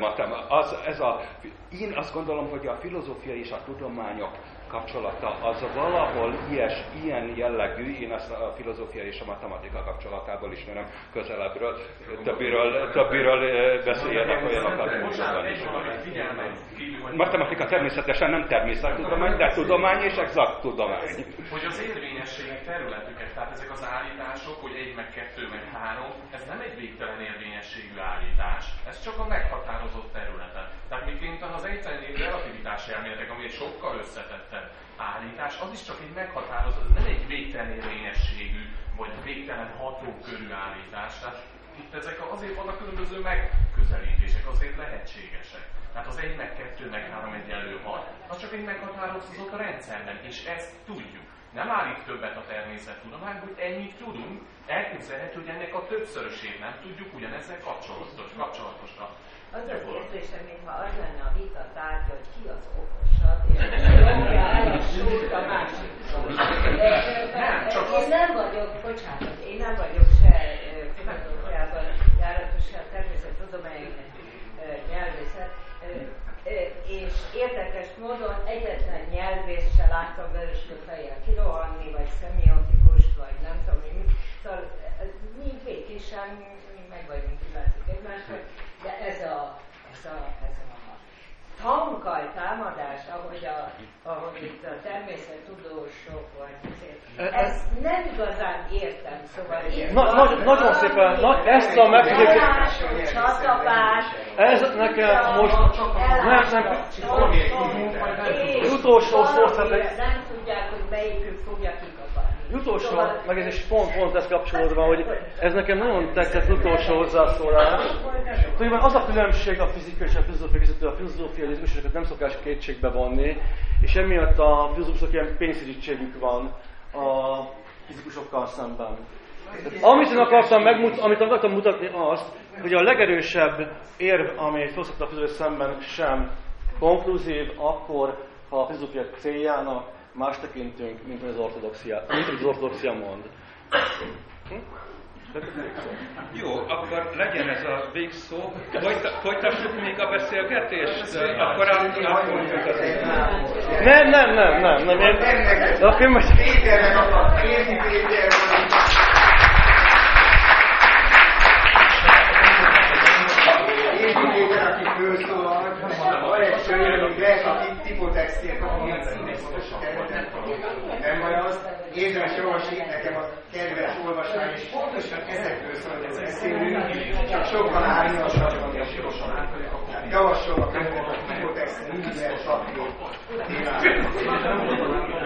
én azt gondolom, hogy a filozófia és a tudományok kapcsolata az valahol ilyen jellegű, én ezt a filozófia és a matematika kapcsolatából ismerem közelebbről, többiről beszéljenek olyanokat, módon is. Matematika természetesen nem természettudomány, de tudomány és exakt tudomány. Hogy az érvényességek területüket, tehát ezek az állítások, hogy 1 meg 2 meg 3, ez nem egy végtelen érvényességű állítás, ez csak a meghatározott területen. Tehát miként az egyszerű relativitási elméletek, ami egy sokkal összetettebb állítás, az is csak egy meghatározott, ez nem egy végtelen érvényességű, vagy végtelen hatókörű állítás. Tehát itt ezek azért vannak különböző megközelítések, azért lehetségesek. Tehát az 1 meg 2 meg 3 egyenlő 6, az csak egy meghatározott a rendszerben, és ezt tudjuk. Nem állít többet a természettudomány, hogy ennyit tudunk, elképzelhető, hogy ennek a többszörösét nem tudjuk, ugyanezzel kapcsolatosan. Az az érzésem, mintha az lenne a vita tárgya, hogy ki az okosabb, és nyomja el a sót a másikról. Én nem vagyok, bocsánat, én nem vagyok se filozófiában járatos, se a természettudományi nyelvészet, és érdekes módon egyetlen nyelvész se láttam vörösködfejjel kirohanni, vagy szemiotikust, vagy nem tudom, mi. Szóval mi békésen meg vagyunk, illetve egymásra, de ez a tankaj támadás, ahogy itt a természettudósok vagy ezt nem igazán értem, szóval nagyon szépen, ezt a megfigyelést... Csatapás, ez nekem most... Az utolsó szót... Nem tudják, hogy melyikük fogja kikaparni. Az utolsó, meg ez is pont ez kapcsolódva, hogy ez nekem nagyon tetszett az utolsó hozzászólás. Tulajdonképpen az a különbség a fizika és a filozófia között, hogy a filozófializmusokat nem szokás kétségbe vonni, és emiatt a filozófusok ilyen pénzirítségük van a fizikusokkal szemben. Amit akartam mutatni azt, hogy a legerősebb érv, amit felszokta a filozófia szemben sem konkluzív, akkor, ha a filozófia céljának más tekintünk, mint az ortodoxia mond. Jó, akkor legyen ez a végszó. Folytassuk még a beszélgetést? Akkor átmondjuk az Nem. Akkor most... Ettől jön, lehet, hogy tipotextért kapom, nem baj az. Érdemes olvasni, nekem a kedves olvasmány, és pontosan ezekről szól, hogy beszélünk, csak sokkal árnyasabban és gyorsan. Javaslom a könyvet, a tipotextért, így lehet kapni témát.